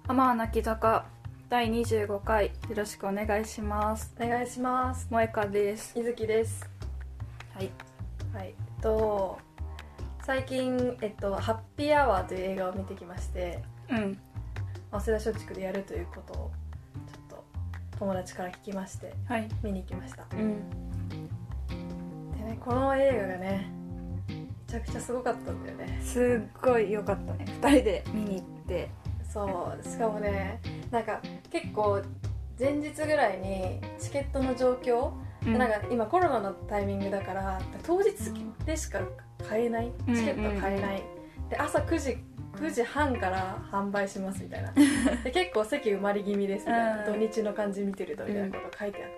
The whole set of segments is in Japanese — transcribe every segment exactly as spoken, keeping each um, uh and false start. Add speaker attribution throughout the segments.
Speaker 1: 浜泣き坂だいにじゅうごかい、よろしくお願いします。
Speaker 2: お願いします。
Speaker 1: 萌香です。
Speaker 2: いずきです。
Speaker 1: はい
Speaker 2: はい、えっと最近、えっと、ハッピーアワーという映画を見てきまして、
Speaker 1: うん
Speaker 2: 早稲田松竹でやるということをちょっと友達から聞きまして、
Speaker 1: はい、
Speaker 2: 見に行きました。
Speaker 1: うん
Speaker 2: でね、この映画がねめちゃくちゃすごかったんだよね。
Speaker 1: すっごい良かったね。ふたりで見に行って、
Speaker 2: そうしかもね、なんか結構前日ぐらいにチケットの状況、
Speaker 1: うん、
Speaker 2: なんか今コロナのタイミングだから当日でしか買えないチケット買えない、うんうん、で朝くじくじはんから販売しますみたいなで結構席埋まり気味ですみたいな、土日の感じ見てるとみたいなこと書いてあって、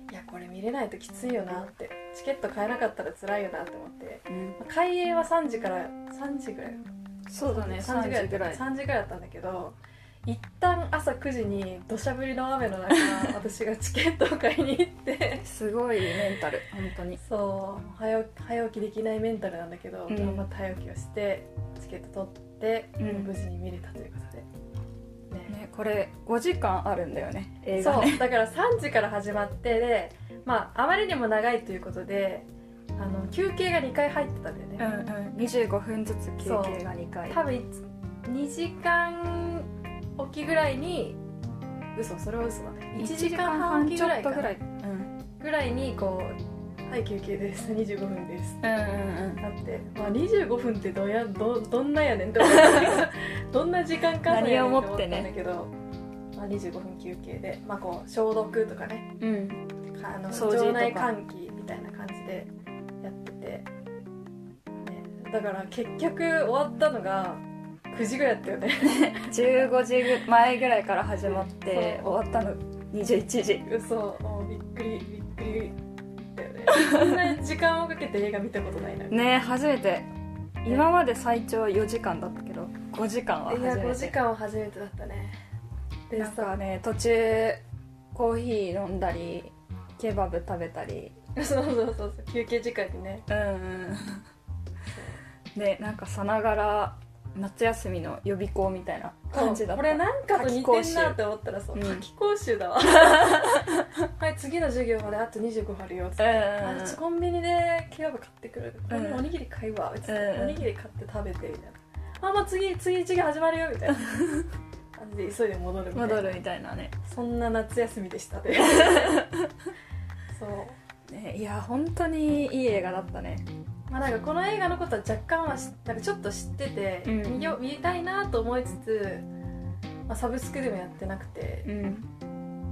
Speaker 2: うん、いやこれ見れないときついよなって、チケット買えなかったら辛いよなって思って、うん、開演はさんじからさんじぐらい、
Speaker 1: そうだね、
Speaker 2: さんじぐらいだったさんじぐらいだったんだけど、一旦朝くじに土砂降りの雨の中私がチケットを買いに行って
Speaker 1: すごいメンタル、本当に
Speaker 2: そう早起き、早起きできないメンタルなんだけど、うん、頑張って早起きをしてチケット取って、うん、無事に見れたということで、ね
Speaker 1: ね、これごじかんあるんだよね、映画ね。
Speaker 2: そうだからさんじから始まってで、まあ、あまりにも長いということであの休憩がにかい入ってたんだよね、
Speaker 1: うんうん、にじゅうごふんずつ休憩がにかい、
Speaker 2: 多分にじかんおきぐらいに、嘘それは嘘だね、いちじかんはんおきぐらいかな、
Speaker 1: ぐらい、うん、
Speaker 2: ぐらいにこうはい休憩ですにじゅうごふんです、
Speaker 1: うんうんうん、
Speaker 2: だって、まあ、にじゅうごふんってどや ど, どんなやねんって思ったどんな時間か
Speaker 1: 何をもってね、
Speaker 2: んだけど、まあ、にじゅうごふん休憩で、まあ、こう消毒とかね、
Speaker 1: うん、
Speaker 2: あの
Speaker 1: 掃除とか
Speaker 2: 場内換気みたいな感じでやってて、ね、だから結局終わったのがくじぐらいだったよね
Speaker 1: じゅうごじまえぐらいから始まって終わったのにじゅういちじ。
Speaker 2: 嘘、もうびっくりびっくりだよねそんな時間をかけて映画見たことないな
Speaker 1: ね、初めて。今まで最長よじかんだったけどごじかんは初めて。
Speaker 2: いやごじかんは初めてだったね。で
Speaker 1: なんかね、途中コーヒー飲んだりケバブ食べたり
Speaker 2: そうそうそうそう、休憩時間にね、
Speaker 1: うんうんで、なんかさながら夏休みの予備校みたいな感じだった。
Speaker 2: これなんかと似てんなって思ったらそう、夏季講習だわはい、次の授業まであとにじゅうごふんあるよっつって、うん、コンビニでケバブ買ってくる、うん、おにぎり買いわっつって、うん、おにぎり買って食べてみたいな、あ、もう次次授業始まるよみたいな感じで急いで戻るみたいな、
Speaker 1: 戻るみたいなね、そ
Speaker 2: んな夏休みでしたね
Speaker 1: そうね、いや本当にいい映画だったね。
Speaker 2: まあ、なんかこの映画のことは若干はなんかちょっと知ってて、うん、見よ見たいなと思いつつ、まあ、サブスクでもやってなくて、うん、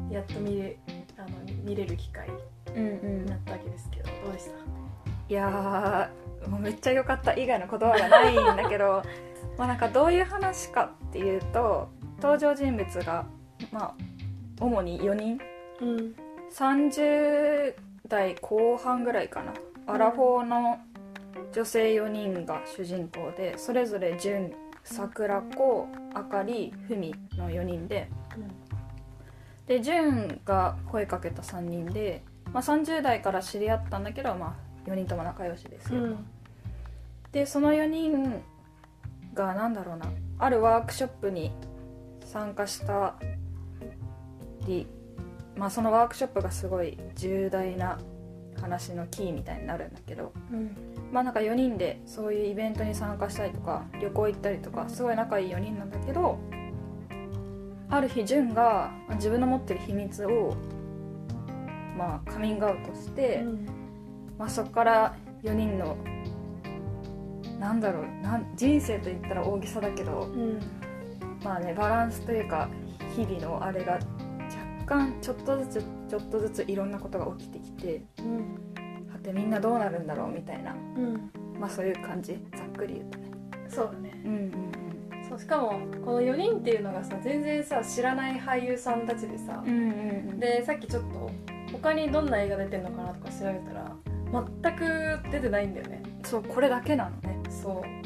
Speaker 2: やっと見れ、あの見れる機会になったわけですけど、うんうん、どうでした？
Speaker 1: いやーもうめっちゃ良かった以外の言葉がないんだけどまあなんかどういう話かっていうと、登場人物が、まあ、主によにん、うん、さんじゅうだいこう半ぐらいかな、アラフォーの女性よにんが主人公で、それぞれ純、桜子、あかり、ふみのよにんで、うん、で純が声かけたさんにんで、まあ、さんじゅうだいから知り合ったんだけど、まあ、よにんとも仲良しですよ、うん、でそのよにんがなんだろうな、あるワークショップに参加したり、まあ、そのワークショップがすごい重大な話のキーみたいになるんだけど、うん、まあなんかよにんでそういうイベントに参加したりとか旅行行ったりとかすごい仲いいよにんなんだけど、ある日純が自分の持ってる秘密をまあカミングアウトして、うん、まあ、そこからよにんのなんだろうなん人生と言ったら大げさだけど、うん、まあね、バランスというか日々のあれが若干ちょっとずつちょっとずついろんなことが起きてきて、うん、はてみんなどうなるんだろうみたいな、うん、まあそういう感じ、ざっくり言うとね。
Speaker 2: そうだね、うんうんうん、そう、しかもこのよにんっていうのがさ全然さ知らない俳優さんたちでさ、うんうんうん、でさっきちょっと他にどんな映画出てるのかなとか調べたら全く出てないんだよね。
Speaker 1: そう、これだけなのね。
Speaker 2: そう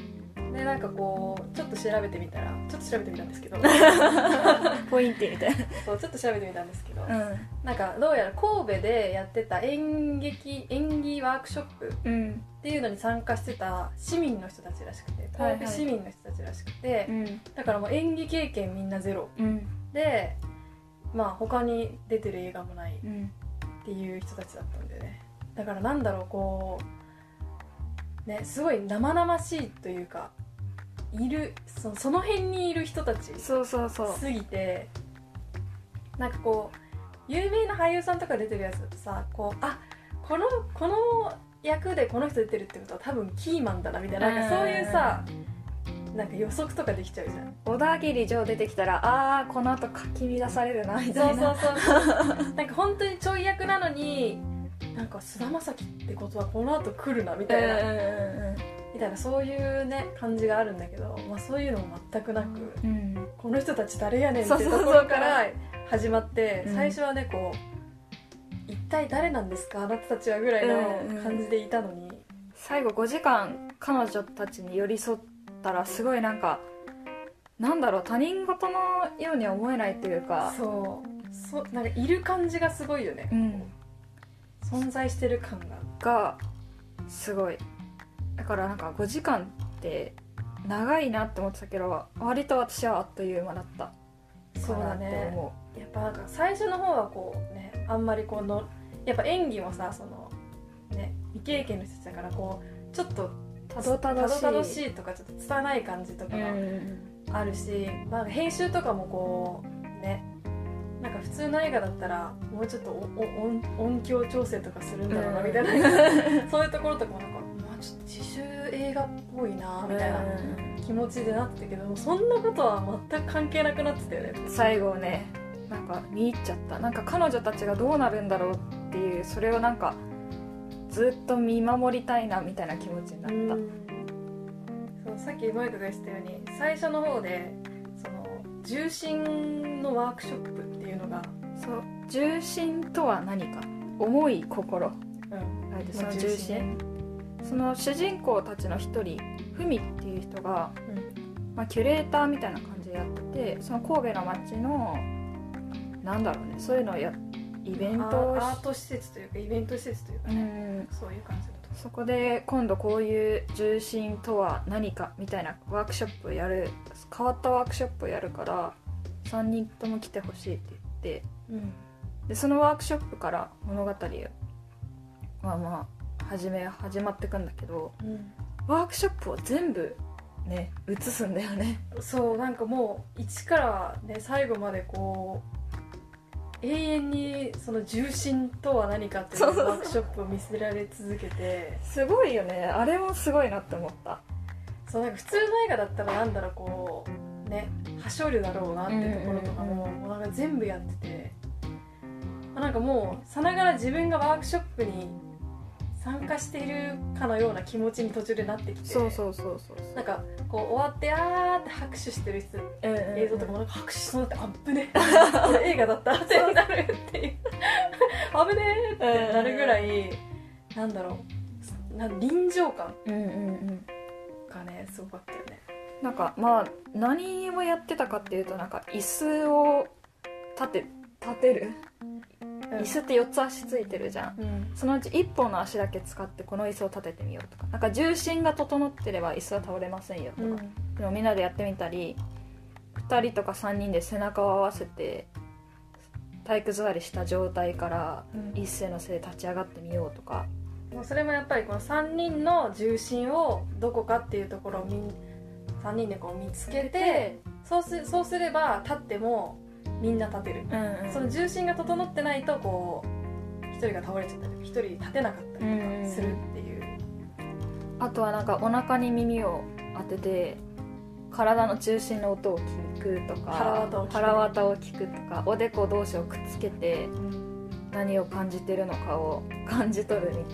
Speaker 2: でなんかこうちょっと調べてみたらちょっと調べてみたんですけど
Speaker 1: ポイントみたいな
Speaker 2: そうちょっと調べてみたんですけど、
Speaker 1: うん
Speaker 2: なんかどうやら神戸でやってた演劇演技ワークショップ
Speaker 1: うん
Speaker 2: っていうのに参加してた市民の人たちらしくて、
Speaker 1: はいはい
Speaker 2: 神戸市民の人たちらしくて、
Speaker 1: うん
Speaker 2: だからもう演技経験みんなゼロ
Speaker 1: うん
Speaker 2: で、まあ他に出てる映画もない
Speaker 1: うん
Speaker 2: っていう人たちだったんだよね。だからなんだろうこうねすごい生々しいというかいる そ, その辺にいる人たち
Speaker 1: そうそうそう
Speaker 2: すぎて、なんかこう有名な俳優さんとか出てるやつだとさこうあこのこの役でこの人出てるってことは多分キーマンだなみたいな、なんかそういうさなんか予測とかできちゃうじゃん。
Speaker 1: 小田切城出てきたらあーこの後かき乱されるなみた
Speaker 2: そう
Speaker 1: いな
Speaker 2: そうそうなんか本当にちょい役なのになんか菅田将暉ってことはこの後来るなみたいな、
Speaker 1: うんうん
Speaker 2: みたいなそういうね感じがあるんだけど、まあ、そういうのも全くなく、
Speaker 1: うんうん
Speaker 2: この人たち誰やねんってと
Speaker 1: そうそうそう
Speaker 2: ころから始まって、
Speaker 1: うん
Speaker 2: 最初はねこう一体誰なんですかあなたたちはぐらいの感じでいたのに、
Speaker 1: 最後ごじかん彼女たちに寄り添ったらすごいなんかなんだろう他人事のようには思えないというか
Speaker 2: そうそなんかいる感じがすごいよね、
Speaker 1: うん
Speaker 2: 存在してる感が
Speaker 1: がすごいだからなんかごじかんって長いなって思ってたけど割と私はあっという間だった
Speaker 2: そうだ
Speaker 1: かなって
Speaker 2: ね
Speaker 1: 思
Speaker 2: やっぱなんか最初の方はこうねあんまりこのやっぱ演技もさそのね未経験の人たちだからこうちょっと
Speaker 1: たどたどしい
Speaker 2: たどたどしいとかちょっと拙い感じとか
Speaker 1: う
Speaker 2: が
Speaker 1: ん
Speaker 2: あるし、まあ、編集とかもこうねなんか普通の映画だったらもうちょっとおお音音響調整とかするんだろうなみたいな、そういうところとかもなんか、まあ、ちょっと自主映画っぽいなみたいな気持ちでなってたけどそんなことは全く関係なくなってたよね。
Speaker 1: 最後ねなんか見入っちゃったなんか彼女たちがどうなるんだろうっていうそれをなんかずっと見守りたいなみたいな気持ちになった、
Speaker 2: そうさっき萌香が言ってたように最初の方でその重心のワークショップっていうのが
Speaker 1: そう重心とは何か重い心
Speaker 2: うん
Speaker 1: その重心その主人公たちの一人ふみっていう人が、
Speaker 2: うん
Speaker 1: まあ、キュレーターみたいな感じでやっててその神戸の街のなんだろうねそういうのをやイベントを
Speaker 2: アート施設というかイベント施設というか
Speaker 1: う
Speaker 2: ね、
Speaker 1: ん
Speaker 2: そういう感じだと
Speaker 1: そこで今度こういう重心とは何かみたいなワークショップをやる変わったワークショップをやるからさんにんとも来てほしいって言って
Speaker 2: うん
Speaker 1: でそのワークショップから物語はまあ始め始まってくんだけど
Speaker 2: うん
Speaker 1: ワークショップを全部ね映すんだよね
Speaker 2: そうなんかもう一からね最後までこう永遠にその重心とは何かっていう
Speaker 1: そうそうそう
Speaker 2: ワークショップを見せられ続けて
Speaker 1: すごいよねあれもすごいなって思った
Speaker 2: そうなんか普通の映画だったらなんだろうこうねはしょるだろうなってところとかも,、
Speaker 1: うんうんうん
Speaker 2: もうなんか全部やっててなんかもうさながら自分がワークショップに参加しているかのような気持ちに途中でなってきて
Speaker 1: そうそうそうそう
Speaker 2: なんかこう終わってあーって拍手してる人映像とかもなんか拍手しそうになってあっぶねこれ映画だったってなるっていうあぶねーってなるぐらいなんだろうな臨場感
Speaker 1: うんうんうん
Speaker 2: がねすごかったよね。
Speaker 1: なんかまあ何をやってたかっていうとなんか椅子を立て立てる椅子ってよっつ足ついてるじゃん
Speaker 2: うん
Speaker 1: そのうちいっぽんの足だけ使ってこの椅子を立ててみようとかなんか重心が整ってれば椅子は倒れませんよとか、
Speaker 2: うん
Speaker 1: でもみんなでやってみたりふたりとかさんにんで背中を合わせて体育座りした状態から
Speaker 2: うん
Speaker 1: 一斉のせいで立ち上がってみようとか、
Speaker 2: もうそれもやっぱりこのさんにんの重心をどこかっていうところをみんさんにんでこう見つけてそうすそうすれば立ってもみんな立てる、
Speaker 1: うんうん、
Speaker 2: その重心が整ってないとこうひとりが倒れちゃったりひとり立てなかったりとかするっていう、
Speaker 1: あとはなんかお腹に耳を当てて体の中心の音を聞くとか
Speaker 2: 腹渡を聞く
Speaker 1: 腹渡を聞くとかおでこ同士をくっつけて何を感じてるのかを感じ取るみたい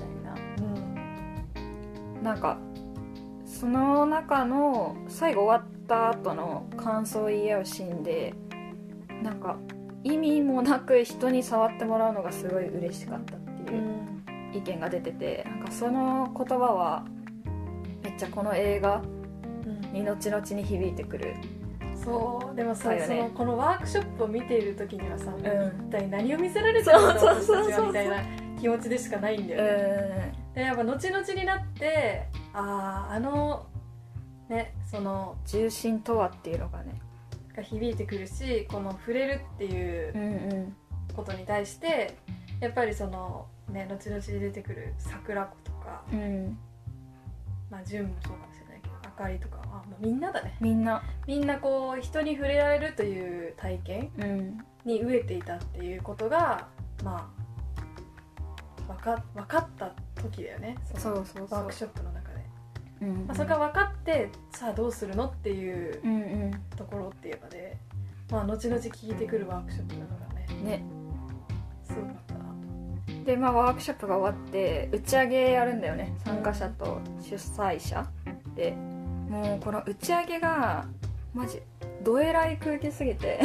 Speaker 1: ななんかその中の最後終わった後の感想を言い合うシーンでなんか意味もなく人に触ってもらうのがすごい嬉しかったっていう意見が出ててなんかその言葉はめっちゃこの映画に後々に響いてくる。
Speaker 2: そうでもさ、
Speaker 1: だよね
Speaker 2: そのこのワークショップを見ている時にはさ、
Speaker 1: ん
Speaker 2: 一体何を見せられてるんだ
Speaker 1: そうそうそうそう
Speaker 2: 私たちはみたいな気持ちでしかないんだよね。
Speaker 1: うん
Speaker 2: でやっぱ後々になってあああのねその
Speaker 1: 重心とはっていうのがね、
Speaker 2: が響いてくるし、この触れるっていう
Speaker 1: うんうん
Speaker 2: ことに対してやっぱりそのね後々に出てくる桜子とか、
Speaker 1: うん
Speaker 2: まあ純もそうかもしれないけど、あかりとかはもうみんなだね。
Speaker 1: みんな、
Speaker 2: みんなこう人に触れられるという体験
Speaker 1: うん
Speaker 2: に飢えていたっていうことがまあ分か分かった時だよね。その
Speaker 1: そうそうそう
Speaker 2: ワークショップの中で、
Speaker 1: うん
Speaker 2: まあ、それが分かってさあどうするのっていう
Speaker 1: うんうん
Speaker 2: ところって言えばで、まあ後々聞いてくるワークショップなのがね
Speaker 1: ね。
Speaker 2: すごかったなと。
Speaker 1: でまあワークショップが終わって打ち上げやるんだよね、参加者と主催者で。もうこの打ち上げがマジどえらい空気すぎて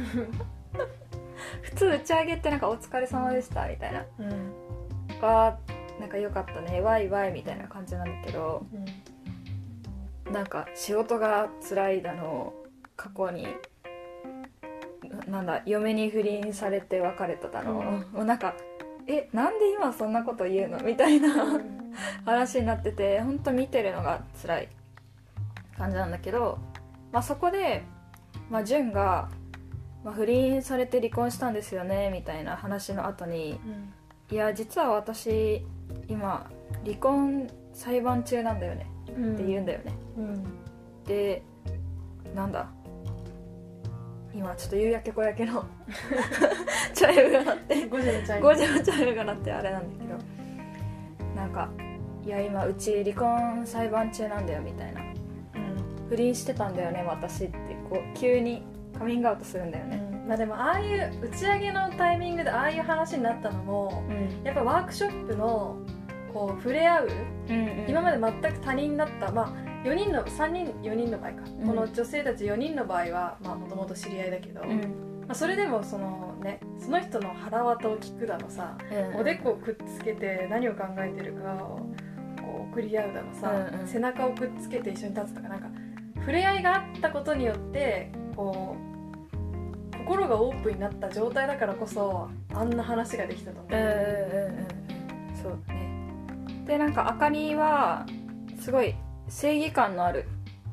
Speaker 1: 普通打ち上げってなんかお疲れ様でしたみたいな、
Speaker 2: うん
Speaker 1: わーなんか良かったねワイワイみたいな感じなんだけど、
Speaker 2: うん
Speaker 1: なんか仕事が辛いだの、過去にななんだ嫁に不倫されて別れただの、
Speaker 2: うん
Speaker 1: もうなんかえなんで今そんなこと言うのみたいな話になってて、ほんと見てるのが辛い感じなんだけど、まあ、そこで、まあ、純が、まあ、不倫されて離婚したんですよねみたいな話の後に、
Speaker 2: うん
Speaker 1: いや実は私今離婚裁判中なんだよね
Speaker 2: うん
Speaker 1: って言うんだよね、
Speaker 2: うん
Speaker 1: でなんだ今ちょっと夕焼け小焼けのチャイムが鳴って
Speaker 2: ごじのチャイム
Speaker 1: ごじのチャイムが鳴ってあれなんだけど、なんかいや今うち離婚裁判中なんだよみたいな、
Speaker 2: うん
Speaker 1: 不倫してたんだよね私ってこう急にカミングアウトするんだよね。
Speaker 2: まあでもああいう打ち上げのタイミングでああいう話になったのも
Speaker 1: うん
Speaker 2: やっぱワークショップのこう触れ合う、
Speaker 1: うんうん、
Speaker 2: 今まで全く他人だったまあよにんのさんにんよにんの場合か、
Speaker 1: うん
Speaker 2: この女性たちよにんの場合はもともと知り合いだけど、
Speaker 1: うん
Speaker 2: まあ、それでもそのねその人の腹渡を聞くだのさ、
Speaker 1: うん、
Speaker 2: おでこをくっつけて何を考えてるかをこう送り合うだのさ、
Speaker 1: うんうん
Speaker 2: 背中をくっつけて一緒に立つとかなんか触れ合いがあったことによってこう心がオープンになった状態だからこそあんな話ができたと思う。
Speaker 1: うんうんうんうんそうだね。でなんかあかりはすごい正義感のある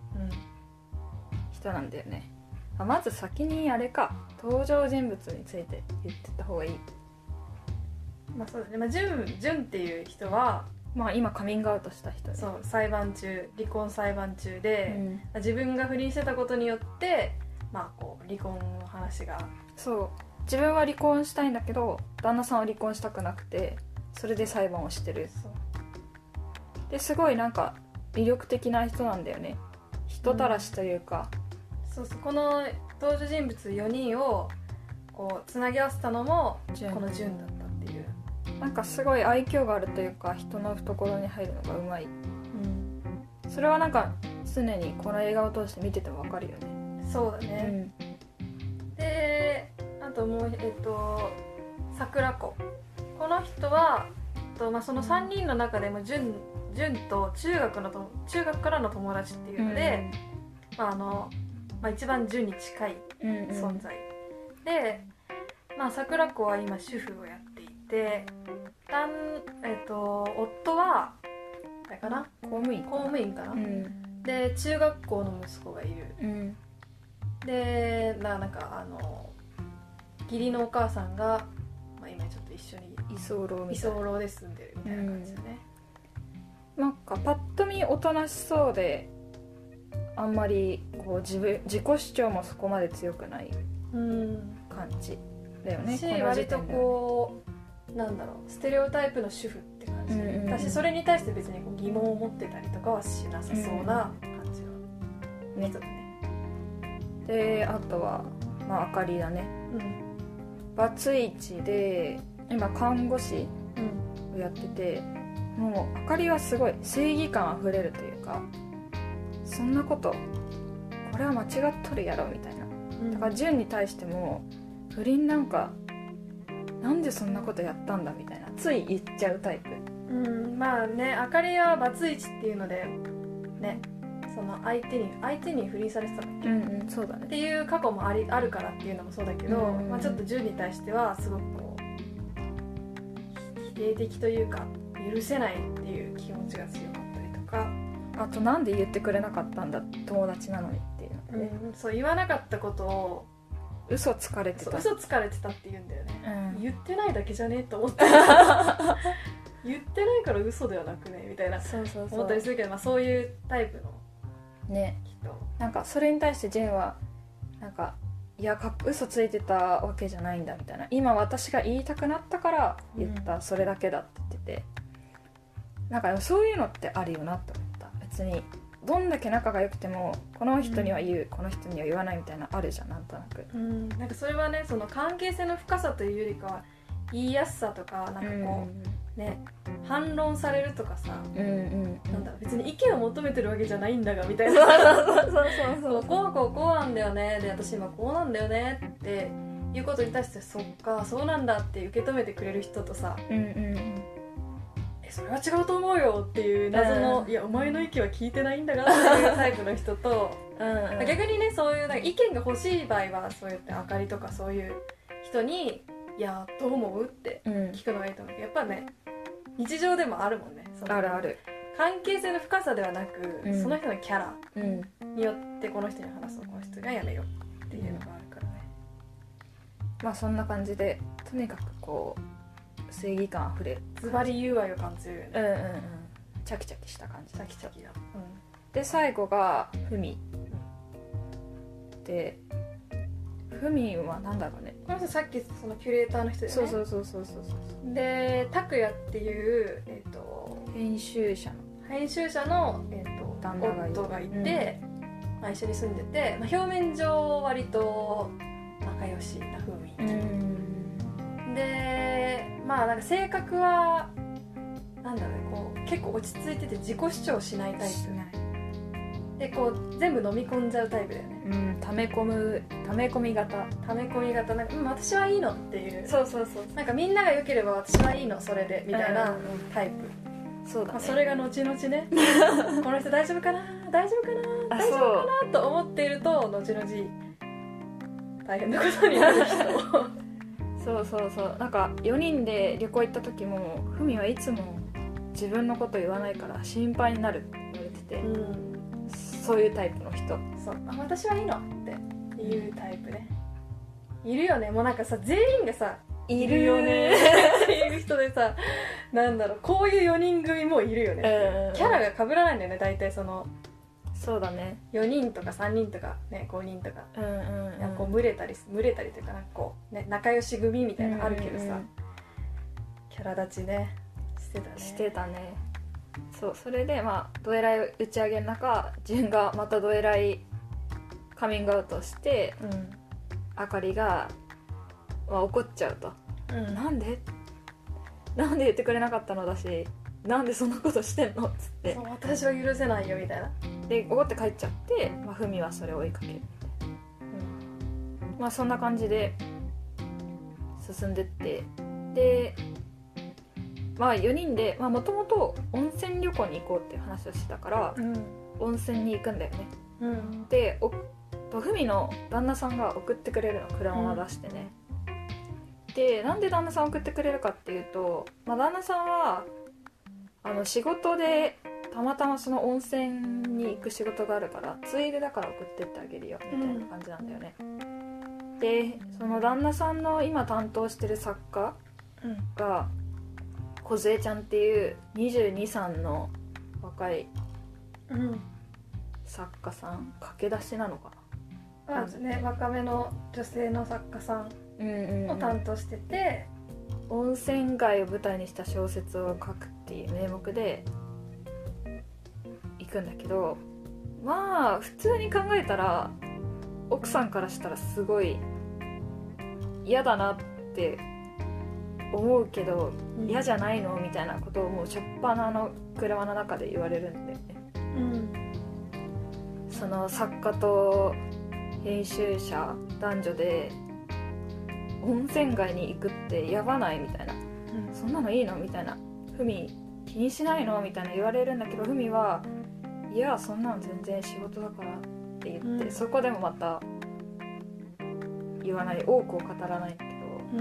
Speaker 1: 人なんだよね。あまず先にあれか登場人物について言ってた方がいい。
Speaker 2: うん、まあそうだね。まあジュンジュンっていう人は
Speaker 1: まあ今カミングアウトした人ね。
Speaker 2: そう裁判中離婚裁判中で、
Speaker 1: うん、
Speaker 2: 自分が不倫してたことによってまあこう離婚の話が
Speaker 1: そう自分は離婚したいんだけど旦那さんは離婚したくなくてそれで裁判をしてる。
Speaker 2: そう
Speaker 1: ですごいなんか魅力的な人なんだよね。人たらしというか、
Speaker 2: そうそうこの登場人物よにんをこうつなぎ合わせたのも
Speaker 1: 純
Speaker 2: このジュンだったっていう、
Speaker 1: なんかすごい愛嬌があるというか人の懐に入るのがうまい。
Speaker 2: うん、
Speaker 1: それはなんか常にこの映画を通して見てても分かるよね。
Speaker 2: そうだ
Speaker 1: う
Speaker 2: ね、
Speaker 1: ん
Speaker 2: であともうえっと桜子この人は、えっとまあ、そのさんにんの中でもジュンジュンと中学のと中学からの友達っていうので、まああのまあ、一番ジュンに近い
Speaker 1: うんうん
Speaker 2: 存在、で、まあ、桜子は今主婦をやっていて旦、えっと夫はあれかな
Speaker 1: 公務員
Speaker 2: 公務員かな、
Speaker 1: うん
Speaker 2: で中学校の息子がいる
Speaker 1: うん
Speaker 2: でななんかあの義理のお母さんが、まあ、今ちょっと一緒に
Speaker 1: 居候み
Speaker 2: 居
Speaker 1: たいな。
Speaker 2: 候で住んでるみたいな感じだね、
Speaker 1: なんかパッと見おとなしそうであんまりこう自分自己主張もそこまで強くない
Speaker 2: うん
Speaker 1: 感じだよね。
Speaker 2: し
Speaker 1: この
Speaker 2: 割と
Speaker 1: 時点では
Speaker 2: こうなんだろうステレオタイプの主婦って感じ、
Speaker 1: うんうんうん
Speaker 2: 私それに対して別にこう疑問を持ってたりとかはしなさそうな感じの人だね、
Speaker 1: であとは、まあ、あかりだね。
Speaker 2: うん
Speaker 1: バツイチで今看護師
Speaker 2: うん
Speaker 1: をやってて、もうあかりはすごい正義感あふれるというか、そんなことこれは間違っとるやろみたいな。
Speaker 2: うん
Speaker 1: だから純に対しても不倫なんかなんでそんなことやったんだみたいなつい言っちゃうタイプ。
Speaker 2: うん、まあねあかりはバツイチっていうのでねその相手に相手に不倫されてたんだっけ、
Speaker 1: うんうんそうだね
Speaker 2: っていう過去もありあるからっていうのもそうだけど、
Speaker 1: うんうん
Speaker 2: まあ、ちょっと純に対してはすごくこう否定的というか許せないっていう気持ちが強かったりとか、
Speaker 1: あとなんで言ってくれなかったんだ友達なのにっていうので、
Speaker 2: うん、そう言わなかったことを
Speaker 1: 嘘つかれてた。
Speaker 2: そう嘘つかれてたって言うんだよね、
Speaker 1: うん
Speaker 2: 言ってないだけじゃねえと思って言ってないから嘘ではなくねみたいな
Speaker 1: そうそうそう
Speaker 2: 思ったりするけど、まあ、そういうタイプの
Speaker 1: ね、
Speaker 2: 人、
Speaker 1: なんかそれに対してジェンはなんかいやか嘘ついてたわけじゃないんだみたいな、今私が言いたくなったから言った、
Speaker 2: うん
Speaker 1: それだけだって言ってて、なんかそういうのってあるよなって思った。別にどんだけ仲が良くてもこの人には言う、うん、この人には言わないみたいなあるじゃん、なんとなく、
Speaker 2: うん、なんかそれはねその関係性の深さというよりかは言いやすさとかなんかこう、
Speaker 1: うん
Speaker 2: ね反論されるとかさ、
Speaker 1: うんうん
Speaker 2: なんだろう別に意見を求めてるわけじゃないんだがみたいな
Speaker 1: そうそうそう
Speaker 2: こうこうこうなんだよねで私今こうなんだよねっていうことに対してそっかそうなんだって受け止めてくれる人とさ、
Speaker 1: うんうん
Speaker 2: えそれは違うと思うよっていう謎の、
Speaker 1: うん
Speaker 2: いやお前の意見は聞いてないんだがっていうタイプの人と
Speaker 1: うんうん、
Speaker 2: 逆にねそういうなんか意見が欲しい場合はそうやってあかりとかそういう人にいやどう思うって
Speaker 1: うん
Speaker 2: 聞くのがいいと思うけど、やっぱね日常でもあるもんねその
Speaker 1: あるある、
Speaker 2: 関係性の深さではなく、
Speaker 1: うん
Speaker 2: その人のキャラ
Speaker 1: うん
Speaker 2: によってこの人に話すのこの人がやめようっていうのがあるからね、
Speaker 1: まあそんな感じでとにかくこう正義感あふれる
Speaker 2: ズバリ言うわよ感強いよね、
Speaker 1: うんうんうんチャキチャキした感じ
Speaker 2: チャキチャキだ、
Speaker 1: で最後がフミでフミはなんだろうね、
Speaker 2: この人さっきそのキュレーターの人だよね。
Speaker 1: そうそうそうそうそうそう
Speaker 2: で拓也っていう、えー、と
Speaker 1: 編集者の
Speaker 2: 編集者の、えー、と
Speaker 1: 旦那がいる
Speaker 2: 夫がいて、まあ、一緒に住んでて、まあ、表面上割と仲良しな雰囲気、
Speaker 1: うん
Speaker 2: でまあなんか性格はなんだろうねこう結構落ち着いてて自己主張しないタイ
Speaker 1: しない、
Speaker 2: プでこう全部飲み込んじゃうタイプだよね。
Speaker 1: うん溜め込む溜め込み型、
Speaker 2: 溜め込み型なんか、うん、私はいいのっていう
Speaker 1: そうそうそう
Speaker 2: なんかみんなが良ければ私はいいのそれでみたいなタイプ、
Speaker 1: そうだね、
Speaker 2: まあ、それが後々ねこの人大丈夫かな大丈夫かな
Speaker 1: あ
Speaker 2: 大丈夫かなと思っていると後々大変なことになる人
Speaker 1: そうそうそうなんかよにんで旅行行った時もフミはいつも自分のこと言わないから心配になるって言われてて、
Speaker 2: うん
Speaker 1: そういうタイプの人、
Speaker 2: そうあ私はいいのっていうタイプねいるよねもうなんかさ全員がさいるよねっていう人でさなんだろうこういうよにん組もいるよね、
Speaker 1: うん
Speaker 2: キャラが被らないんだよね大体その
Speaker 1: そうだね
Speaker 2: よにんとかさんにんとか、ね、ごにんとか
Speaker 1: うんうん、うん、
Speaker 2: なんかこう群れたり群れたりというかなんかこう、ね、仲良し組みたいなのあるけどさ、
Speaker 1: うんうんうん
Speaker 2: キャラ立ちねしてたね
Speaker 1: してたねそうそれでまあどえらい打ち上げの中純がまたどえらいカミングアウトして
Speaker 2: うん
Speaker 1: あかりが、まあ、怒っちゃうと、
Speaker 2: うん
Speaker 1: なんでなんで言ってくれなかったのだしなんでそんなことしてんのっつって
Speaker 2: そう私は許せないよみたいな、
Speaker 1: で怒って帰っちゃって、まあ、ふみはそれを追いかけるまあそんな感じで進んでってでまあよにんでもともと温泉旅行に行こうっていう話をしてたから
Speaker 2: うん
Speaker 1: 温泉に行くんだよね
Speaker 2: うん
Speaker 1: でおとふみの旦那さんが送ってくれるの車を出してね、うん、でなんで旦那さん送ってくれるかっていうと、まあ、旦那さんはあの仕事でたまたまその温泉に行く仕事があるからついでだから送ってってあげるよみたいな感じなんだよね、うん、でその旦那さんの今担当してる作家が梢ちゃんっていうにじゅうに、さんの若い作家さん駆け出しなのかな、
Speaker 2: まずね若めの女性の作家さんを担当してて、
Speaker 1: うんうんうん、温泉街を舞台にした小説を書くっていう名目で行くんだけどまあ普通に考えたら奥さんからしたらすごい嫌だなって思うけど嫌じゃないのみたいなことをもうしょっぱなの車の中で言われるんだよね、
Speaker 2: うん、
Speaker 1: その作家と編集者男女で温泉街に行くってやばないみたいな、うん、そんなのいいのみたいなふみ気にしないのみたいな言われるんだけどふみはいいやそんなの全然仕事だからって言って、
Speaker 2: うん、
Speaker 1: そこでもまた言わない、多くを語らないけど、
Speaker 2: うん、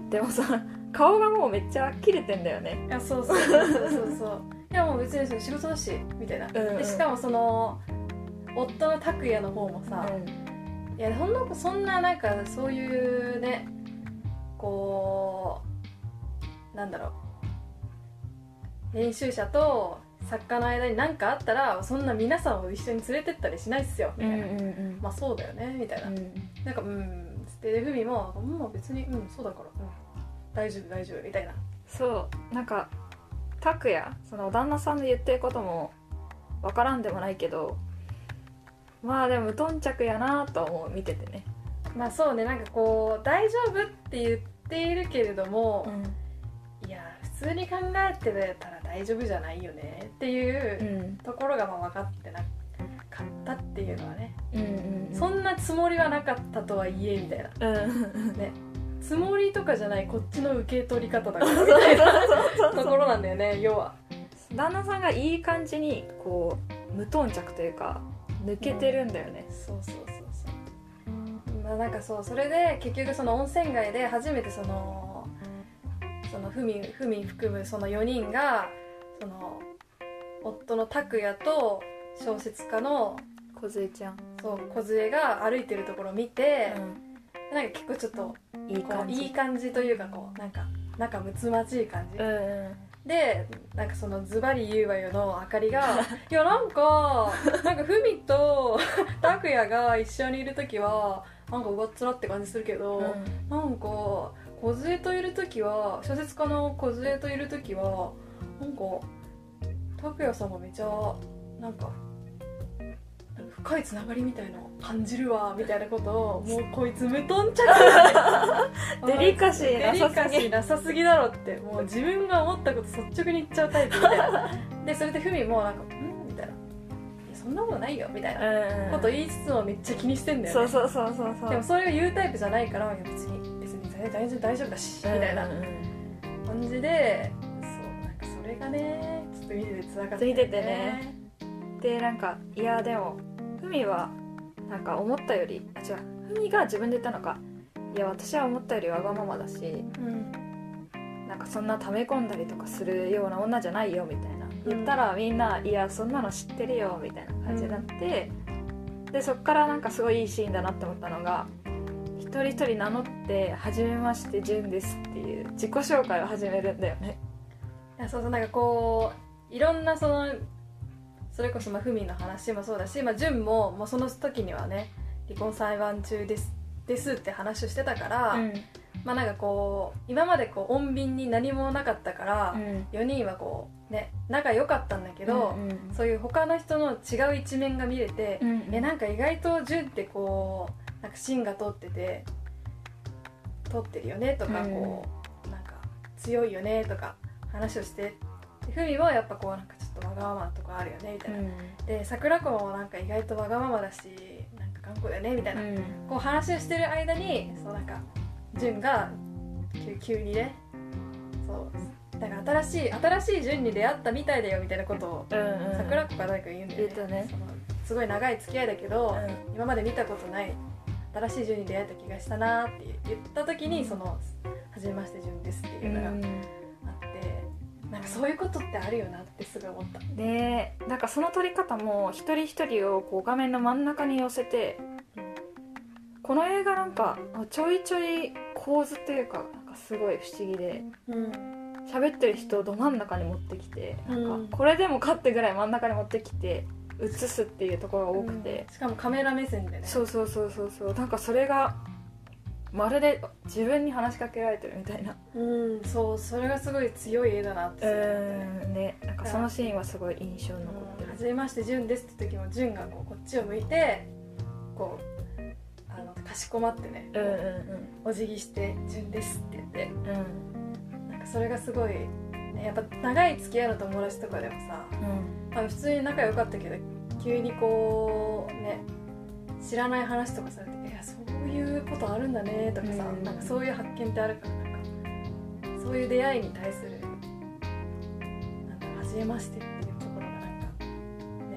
Speaker 1: でもさ顔がもうめっちゃキレてんだよね。
Speaker 2: いやそうそうそうそうそういやもう別にその仕事だしみたいな、
Speaker 1: うんうん、
Speaker 2: でしかもその夫の拓也の方もさ、うん、いやほんのそんななんかそういうねこうなんだろう編集者と作家の間に何かあったらそんな皆さんを一緒に連れてったりしないっすよみたいな、うんうんうん、まあそうだよねみたいな、うん、なんかうんでふみももう別にうんそうだから、うん、大丈夫大丈夫みたいな。
Speaker 1: そうなんか拓也その旦那さんの言ってることも分からんでもないけど、まあでも無頓着やなと思う見ててね。
Speaker 2: まあそうねなんかこう大丈夫って言っているけれども、うん、いや普通に考えてたら大丈夫じゃないよねっていうところがまあ分かってなかったっていうのはね、うんうんうん、そんなつもりはなかったとはいえみたいな、うんね、つもりとかじゃないこっちの受け取り方だからみたいなところなんだよね要は。
Speaker 1: 旦那さんがいい感じにこう無頓着というか抜けてるんだよね、
Speaker 2: うん、そうそうそうそう、まあ、なんかそうそれで結局その温泉街で初めてそのそのふみふみ含むそのよにんがその夫の拓也と小説家の
Speaker 1: 梢ちゃん
Speaker 2: そう梢が歩いてるところを見て、うん、なんか結構ちょっと
Speaker 1: いい感じ
Speaker 2: いい感じというかこうなんか仲睦まじい感じ、うんうんでなんかそのズバリ言うわよのあかりがいやなんかなんかふみと拓也が一緒にいる時はなんかうわっつらって感じするけど、うん、なんか梢といる時は小説家の梢といる時はなんか拓也さんがめちゃなんか深いつながりみたいなの感じるわみたいなことをもうこいつ無頓着
Speaker 1: デリカシーなさすぎ
Speaker 2: デリカシーなさすぎだろってもう自分が思ったこと率直に言っちゃうタイプみたいなでそれでふみもなんかんみたいないやそんなことないよみたいなこと言いつつもめっちゃ気にしてんだよね。
Speaker 1: そうそうそうそうそう
Speaker 2: でもそれを言うタイプじゃないから別に別に大丈夫大丈夫だしみたいな感じでそうなんかそれがねちょっと見てて辛かった、ね、
Speaker 1: 見ててねでなんかいやでもふみはなんか思ったよりあ違うふみが自分で言ったのかいや私は思ったよりわがままだし、うん、なんかそんな溜め込んだりとかするような女じゃないよみたいな言ったらみんないやそんなの知ってるよみたいな感じになって、うん、でそっからなんかすごいいいシーンだなって思ったのが一人一人名乗ってはじめましてじゅんですっていう自己紹介を始めるんだよね。
Speaker 2: いやそうそうなんかこういろんなそのそれこそまあふみの話もそうだし、まあ、じゅんももうその時にはね離婚裁判中ですですって話をしてたから、うん、まあなんかこう今までこう穏便に何もなかったから、うん、よにんはこうね仲良かったんだけど、うんうん、そういう他の人の違う一面が見れて、うんうん、えなんか意外とじゅんってこうなんか芯が通ってて通ってるよねとか、うん、こうなんか強いよねとか話をしてふみもやっぱこうなんかちょっとわがままなとこあるよねみたいな、うん、で桜子もなんか意外とわがままだしなんか頑固だよねみたいな、うん、こう話をしてる間にそうなんか純が急にねそうだから新しい新しい純に出会ったみたいだよみたいなことを、うんうん、桜子が誰か言うんだよね、ねそのすごい長い付き合いだけど、うん、今まで見たことない新しい純に出会えた気がしたなって言った時にその初めまして純ですっていうのが、うんなんかそういうことってあるよなってすごい思った
Speaker 1: でなんかその撮り方も一人一人をこう画面の真ん中に寄せて、うん、この映画なんかちょいちょい構図っていうかなんかすごい不思議で喋、うん、ってる人をど真ん中に持ってきてなんかこれでもかってぐらい真ん中に持ってきて映すっていうところが多くて、
Speaker 2: うん、しかもカメラ目線でね
Speaker 1: そうそうそうそうそうなんかそれがまるで自分に話しかけられてるみたいな
Speaker 2: うんそうそれがすごい強い絵だなって思って
Speaker 1: ねねなんかそのシーンはすごい印象に残ってる
Speaker 2: はじめまして純ですって時も純がこうこっちを向いてこうあのかしこまってね、うんうんうん、お辞儀して純ですって言って、うん、なんかそれがすごい、ね、やっぱ長い付き合いの友達とかでもさ、うんまあ、普通に仲良かったけど急にこうね知らない話とかされていやそういうことあるんだねとかさ、うん、なんかそういう発見ってあるからなんかそういう出会いに対するなんか初めましてっていうところがなんか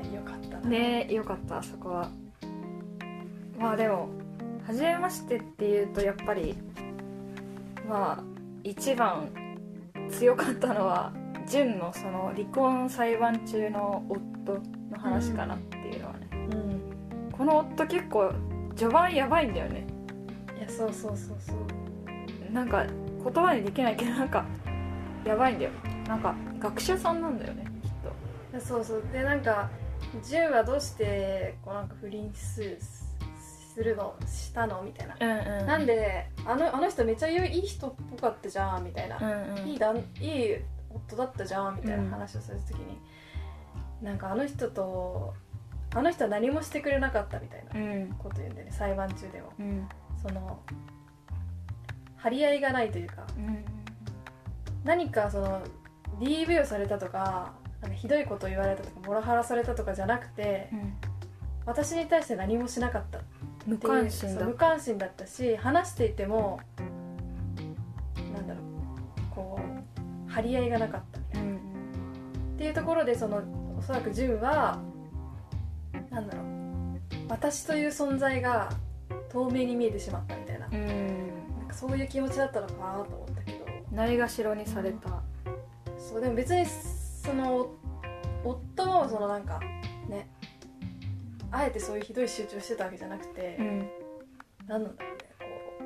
Speaker 1: ねえよかったそこは。まあでも初めましてっていうとやっぱりまあ一番強かったのは純のその離婚裁判中の夫の話かなっていうのはね、
Speaker 2: うん、
Speaker 1: この夫結構序盤やばいんだよね。
Speaker 2: いやそうそうそうそう
Speaker 1: なんか言葉にできないけどなんかやばいんだよ。なんか学者さんなんだよねきっと。
Speaker 2: いやそうそうでなんか純はどうしてこうなんか不倫すするのしたのみたいな、
Speaker 1: うんうん、
Speaker 2: なんであのあの人めっちゃいい人っぽかったじゃんみたいな、
Speaker 1: うんうん、
Speaker 2: いいだんいい夫だったじゃんみたいな話をするときに、うん、なんかあの人とあの人は何もしてくれなかったみたいなこと言うんでね、裁判中でも、
Speaker 1: うん、そ
Speaker 2: の張り合いがないというか、うん、何かその ディーブイ をされたとか、なんかひどいことを言われたとかモラハラされたとかじゃなくて、うん、私に対して何もしなかった
Speaker 1: 無関心だ
Speaker 2: 無関心だったし、話していてもなんだろうこう張り合いがなかったみたいな、うん、っていうところでそのおそらく純はなんだろう私という存在が透明に見えてしまったみたいな、うん、なんかそういう気持ちだったのかなと思ったけど、
Speaker 1: ないがしろにされた、うん、
Speaker 2: そうでも別にその夫もそのなんかねあえてそういうひどい集中してたわけじゃなくて、うん、何なんだろうね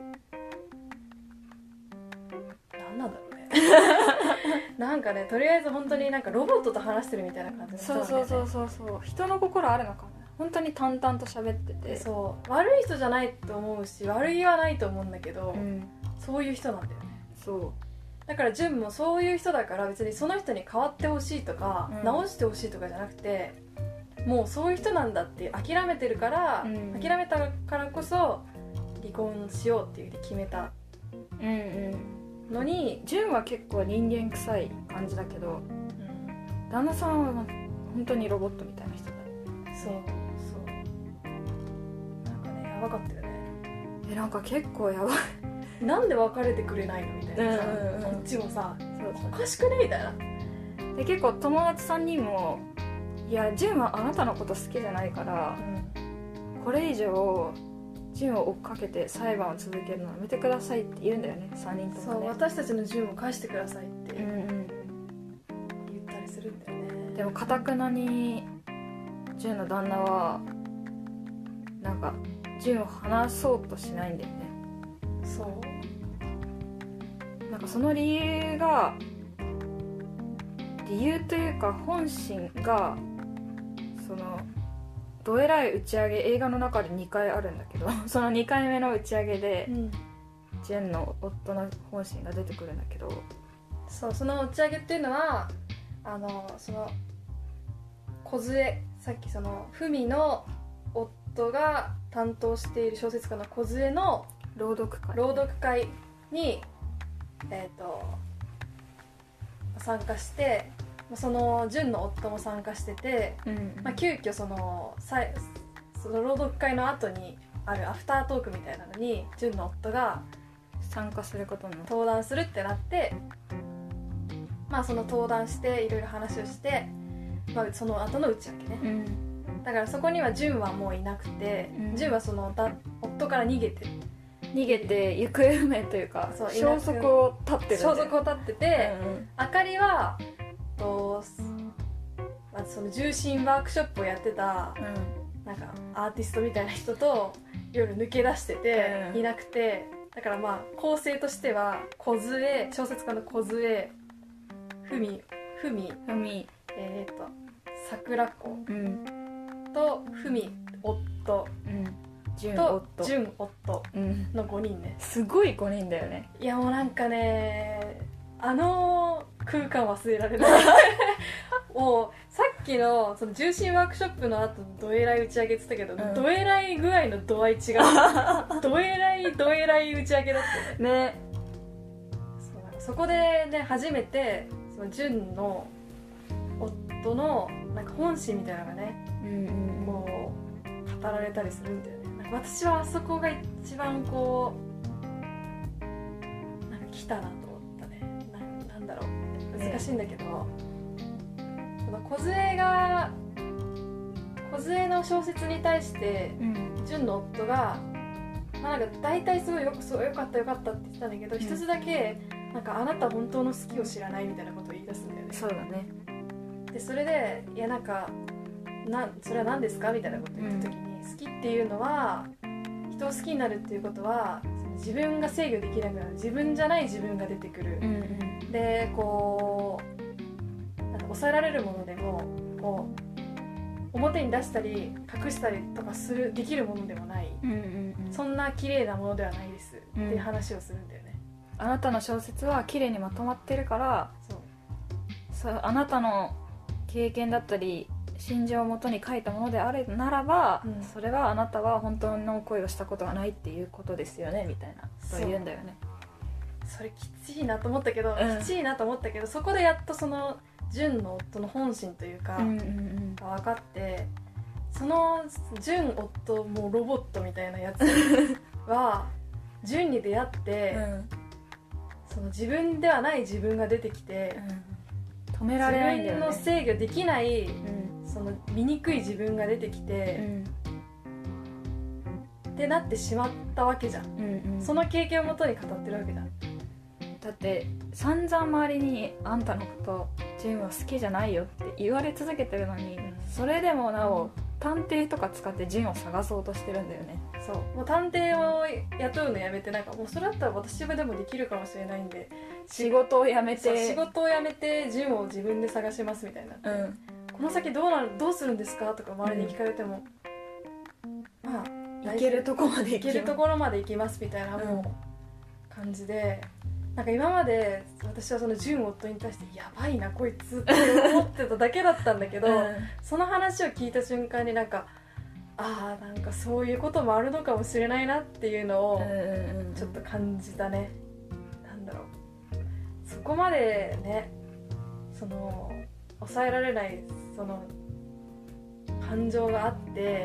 Speaker 2: こう何なんだろうねなんかねとりあえず本当になんかロボットと話してるみたいな感じの人なんだよね。
Speaker 1: そうそうそうそう人の心あるのかな。本当に淡々と喋ってて、
Speaker 2: そう悪い人じゃないと思うし悪気はないと思うんだけど、うん、そういう人なんだよね。
Speaker 1: そう
Speaker 2: だから純もそういう人だから別にその人に変わってほしいとか、うん、直してほしいとかじゃなくてもうそういう人なんだって諦めてるから、うん、諦めたからこそ離婚しようっていうふうに決めたのに、
Speaker 1: 純は結構人間臭い感じだけど、うん、旦那さんは本当にロボットみたいな人だ。
Speaker 2: そうそうなんかねやばかったよね。
Speaker 1: えなんか結構やばい
Speaker 2: なんで別れてくれないのみたいなさ、うんうんうん、こっちもさそうそうおかしくねみたいな。
Speaker 1: で結構友達さんにもいや純はあなたのこと好きじゃないから、うん、これ以上純を追っかけて裁判を続けるのやめてくださいって言うんだよねさんにんともね。
Speaker 2: そう私たちの純を返してくださいって、うんうん、言ったりするんだよね。
Speaker 1: でも堅くなに純の旦那はなんか純を話そうとしないんだよね。
Speaker 2: そう
Speaker 1: なんかその理由が理由というか本心がそのどえらい打ち上げ映画の中でにかいあるんだけどそのにかいめの打ち上げで、うん、ジェンの夫の本心が出てくるんだけど、
Speaker 2: そうその打ち上げっていうのはあのその梢さっきそのフミの夫が担当している小説家の梢の
Speaker 1: 朗読会
Speaker 2: 朗読会に、えーと、参加してその純の夫も参加してて、うんまあ、急遽そのさその朗読会の後にあるアフタートークみたいなのに純の夫が
Speaker 1: 参加することになって
Speaker 2: 登壇するってなって、まあ、その登壇していろいろ話をして、まあ、その後の打ち明けね、うん、だからそこには純はもういなくて、うん、純はその夫から逃げて
Speaker 1: 逃げて行方不明というか消息を絶ってる、
Speaker 2: 消息を絶ってて、うんうん、あかりはと、まあ、その重心ワークショップをやってた、うん、なんかアーティストみたいな人と夜抜け出してて、うん、いなくてだからまあ構成としては梢小説家の梢ふみふみ
Speaker 1: ふみ
Speaker 2: えっ、ー、と桜子、うん、とふみ夫、うん
Speaker 1: 純
Speaker 2: と純夫のごにんね、
Speaker 1: うん、すごいごにんだよね。
Speaker 2: いやもうなんかねあの空間忘れられないもうさっき の, その重心ワークショップの後どえらい打ち上げって言ったけど、うん、どえらい具合の度合い違うどえらいどえらい打ち上げだったね
Speaker 1: ね。
Speaker 2: そうなんかそこでね初めてその純の夫のなんか本心みたいなのがね、うんうん、こう語られたりするんだよね。私はあそこが一番こうなんか来たなと思ったね。 な, なんだろう難しいんだけど、ね、その梢が梢の小説に対して純の夫が、まあ、なんか大体すごいよくそうよかったよかったって言ってたんだけど、うん、一つだけなんかあなた本当の好きを知らないみたいなことを言い出すんだよね。
Speaker 1: そうだね。
Speaker 2: でそれでいやなんかなそれは何ですかみたいなことを言った時に、うん、好きっていうのは人を好きになるっていうことは自分が制御できなくなる、自分じゃない自分が出てくる、うんうん、でこうなんか抑えられるものでもこう表に出したり隠したりとかするできるものでもない、うんうんうん、そんな綺麗なものではないです、うん、っていう話をするんだよね。
Speaker 1: あなたの小説は綺麗にまとまってるから、そうそうあなたの経験だったり心情をもとに書いたものであるならば、うん、それはあなたは本当の恋をしたことがないっていうことですよねみたいなことを言うんだよね。
Speaker 2: それきついなと思ったけど、うん、きついなと思ったけどそこでやっとその純の夫の本心というか、うんうんうん、が分かって、その純夫もうロボットみたいなやつは純に出会って、うん、その自分ではない自分が出てきて、
Speaker 1: うん、止められないんだよね。
Speaker 2: 自分の制御できない、うん、その醜い自分が出てきて、うん、ってなってしまったわけじゃん、うんうん、その経験をもとに語ってるわけじゃん。
Speaker 1: だって散々周りにあんたのこと純は好きじゃないよって言われ続けてるのに、うん、それでもなお探偵とか使って純を探そうとしてるんだよね。
Speaker 2: そうもう探偵を雇うのやめて、なんかもうそれだったら私でもできるかもしれないんで
Speaker 1: 仕事を辞めて
Speaker 2: 仕事を辞めて純を自分で探しますみたいな、うん、この先どうなるどうするんですかとか周りに聞かれても、うん、まあ
Speaker 1: 行けるとこまで
Speaker 2: 行けるところまで行きますみたいなもう感じで、なんか今まで私はその純夫に対してやばいなこいつって思ってただけだったんだけど、うん、その話を聞いた瞬間になんかああなんかそういうこともあるのかもしれないなっていうのをちょっと感じたね、うん、なんだろうそこまでねその抑えられないその感情があって、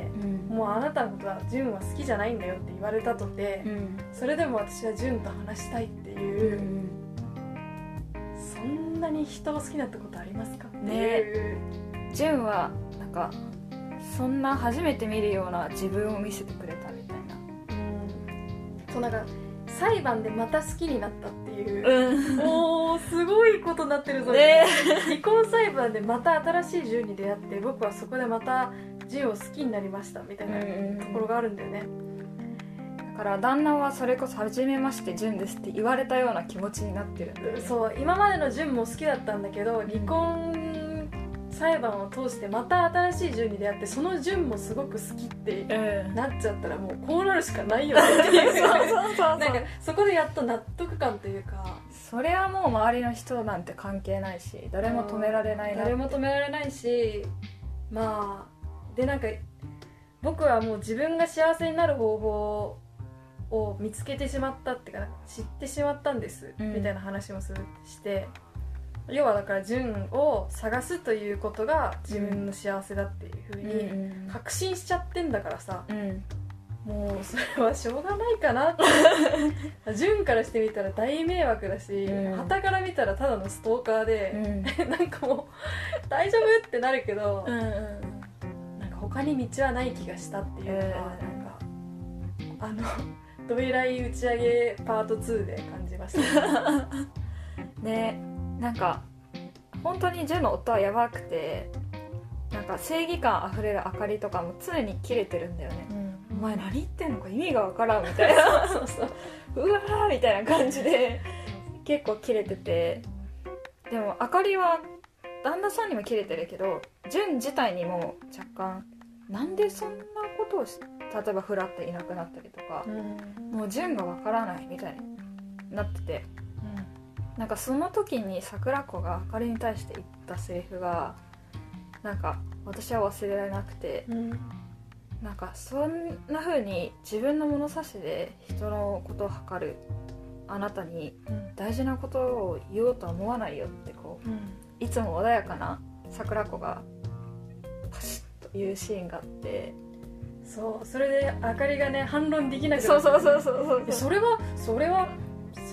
Speaker 2: うん、もうあなたのことは純は好きじゃないんだよって言われたとて、うん、それでも私は純と話したいっていう、うん、そんなに人を好きになったことありますかっていう、
Speaker 1: ね、純はなんかそんな初めて見るような自分を見せてくれたみたいな、
Speaker 2: うん、そうなんか裁判でまた好きになったっていう、うん、おーすごいことになってるぞ、ね、離婚裁判でまた新しい純に出会って僕はそこでまた純を好きになりましたみたいなところがあるんだよね、
Speaker 1: だから旦那はそれこそ初めまして純ですって言われたような気持ちになってるんだよね。
Speaker 2: そう今までの純も好きだったんだけど離婚裁判を通してまた新しい純に出会ってその純もすごく好きってなっちゃったらもうこうなるしかないよねっていうそうそうそうそうなんかそこでやっと納得感というか、
Speaker 1: それはもう周りの人なんて関係ないし誰も止められないな、
Speaker 2: 誰も止められないし、まあでなんか僕はもう自分が幸せになる方法を見つけてしまったっていうか知ってしまったんです、うん、みたいな話もするして要はだから純を探すということが自分の幸せだっていう風に確信しちゃってんだからさ、うん、もうそれはしょうがないかなって純からしてみたら大迷惑だし、うん、傍から見たらただのストーカーで、うん、なんかもう大丈夫ってなるけど、うんうん、なんか他に道はない気がしたっていうのは、うん、なんかあのどえらい打ち上げパートツーで感じました
Speaker 1: ね。なんか本当に純の夫はやばくて、なんか正義感あふれるあかりとかも常にキレてるんだよね、うん、お前何言ってんのか意味がわからんみたいなそうそううわーみたいな感じで結構キレてて、でもあかりは旦那さんにもキレてるけど純自体にも若干なんでそんなことをし例えばフラっていなくなったりとか、うん、もう純がわからないみたいになってて、なんかその時に桜子があかりに対して言ったセリフがなんか私は忘れられなくて、うん、なんかそんな風に自分の物差しで人のことを測るあなたに大事なことを言おうとは思わないよってこう、うん、いつも穏やかな桜子がパシッと言うシーンがあって、
Speaker 2: そうそれであかりがね反論できなくなって、
Speaker 1: そうそうそうそうそう
Speaker 2: それはそれはそ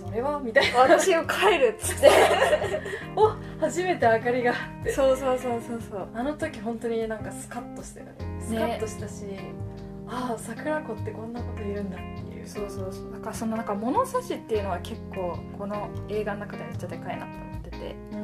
Speaker 2: これはみたいな
Speaker 1: 私を帰るっつって
Speaker 2: お初めて明かりがって
Speaker 1: そうそうそうそうそう
Speaker 2: あの時本当になんかスカッとしてるねスカッとしたし、ね、ああ桜子ってこんなこと言うんだっていう
Speaker 1: そうそうそうだからそのなんか物差しっていうのは結構この映画の中でめっちゃでかいなと思ってて、うん、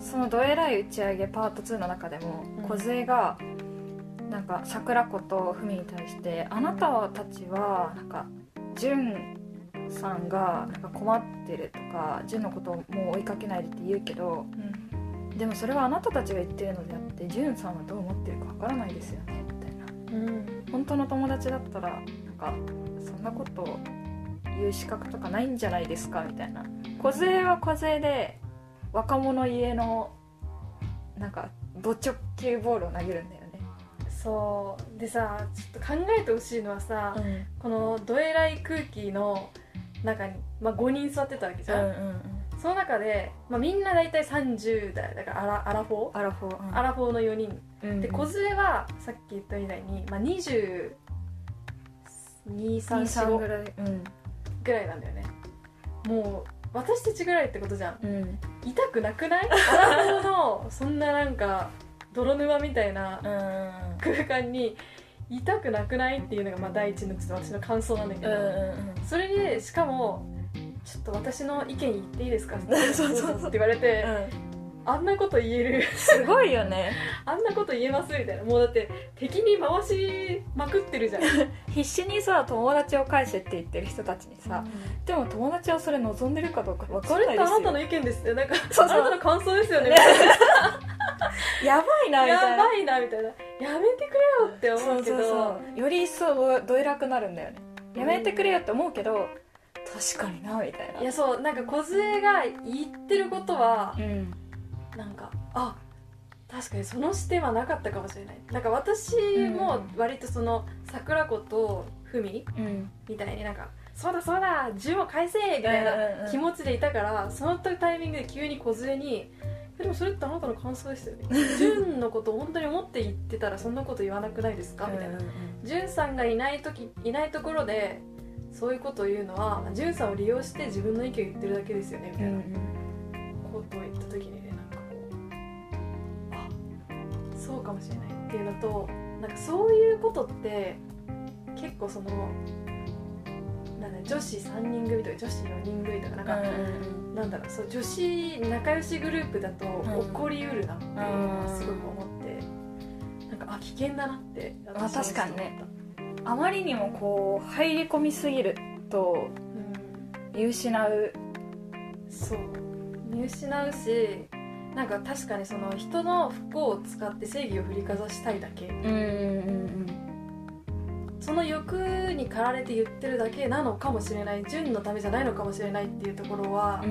Speaker 1: そのどえらい打ち上げパートツーの中でも、うん、梢がなんか桜子と文に対してあなたたちはなんか純さんがなんか困ってるとか純のことをもう追いかけないでって言うけど、うん、でもそれはあなたたちが言ってるのであって純さんはどう思ってるかわからないですよねみたいな、うん、本当の友達だったらなんかそんなことを言う資格とかないんじゃないですかみたいな梢は梢で若者家のなんかド直球ボールを投げるんだよね
Speaker 2: そうでさちょっと考えてほしいのはさ、うん、このどえらい空気の中に、まあ、ごにん座ってたわけじゃん、うんうんうん、その中で、まあ、みんな大体さんじゅう代だからアラ、アラフォー
Speaker 1: アラフォー、
Speaker 2: うん、アラフォーのよにん、うんうん、で梢はさっき言ったみたいに、まあ、にじゅうに、さん、よんぐらい、うん、ぐらいなんだよねもう私たちぐらいってことじゃん、うん、痛くなくないアラフォーのそんななんか泥沼みたいな空間に痛くなくないっていうのがまあ第一のちょっと私の感想なんだけど、うんうんうん、それでしかもちょっと私の意見言っていいですかって言われて、うん、あんなこと言える
Speaker 1: すごいよね
Speaker 2: あんなこと言えますみたいなもうだって敵に回しまくってるじゃん
Speaker 1: 必死にさ友達を返せって言ってる人たちにさ、うん、でも友達はそれ望んでるかどうか分かんないですよ
Speaker 2: それってあなたの意見ですってなんかそうそうあなたの感想ですよねみ
Speaker 1: たいなやばいなみたいな
Speaker 2: やばいなみたいなやめてくれよって思うけどそうそう
Speaker 1: そうより一層どえらくなるんだよねやめてくれよって思うけど、うん、確かになみたいない
Speaker 2: やそうなんか梢が言ってることは、うん、なんかあ確かにその視点はなかったかもしれないなんか私も割とその桜子と文、うん、みたいになんかそうだそうだ銃を返せみたいな気持ちでいたから、うんうんうん、そのタイミングで急に梢にでもそれってあなたの感想ですよね純のことを本当に思って言ってたらそんなこと言わなくないですかみたいな純さんがいない時いないところでそういうことを言うのは純さんを利用して自分の意見を言ってるだけですよねみたいなことを言った時にねなんかこうあそうかもしれないっていうのとなんかそういうことって結構そのなんだ女子さんにん組とか女子よにん組とかなんか、うん、なんだろうそう女子仲良しグループだと起こりうるなっていうのはすごく思って、うん、なんかあ危険だなって
Speaker 1: 私は思った。確かにねあまりにもこう入り込みすぎると見失う、
Speaker 2: うん、そう見失うしなんか確かにその人の不幸を使って正義を振りかざしたいだけ、うんうんうんその欲に駆られて言ってるだけなのかもしれない純のためじゃないのかもしれないっていうところは、うん、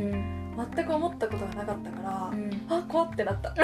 Speaker 2: 全く思ったことがなかったから、うん、あ怖ってなった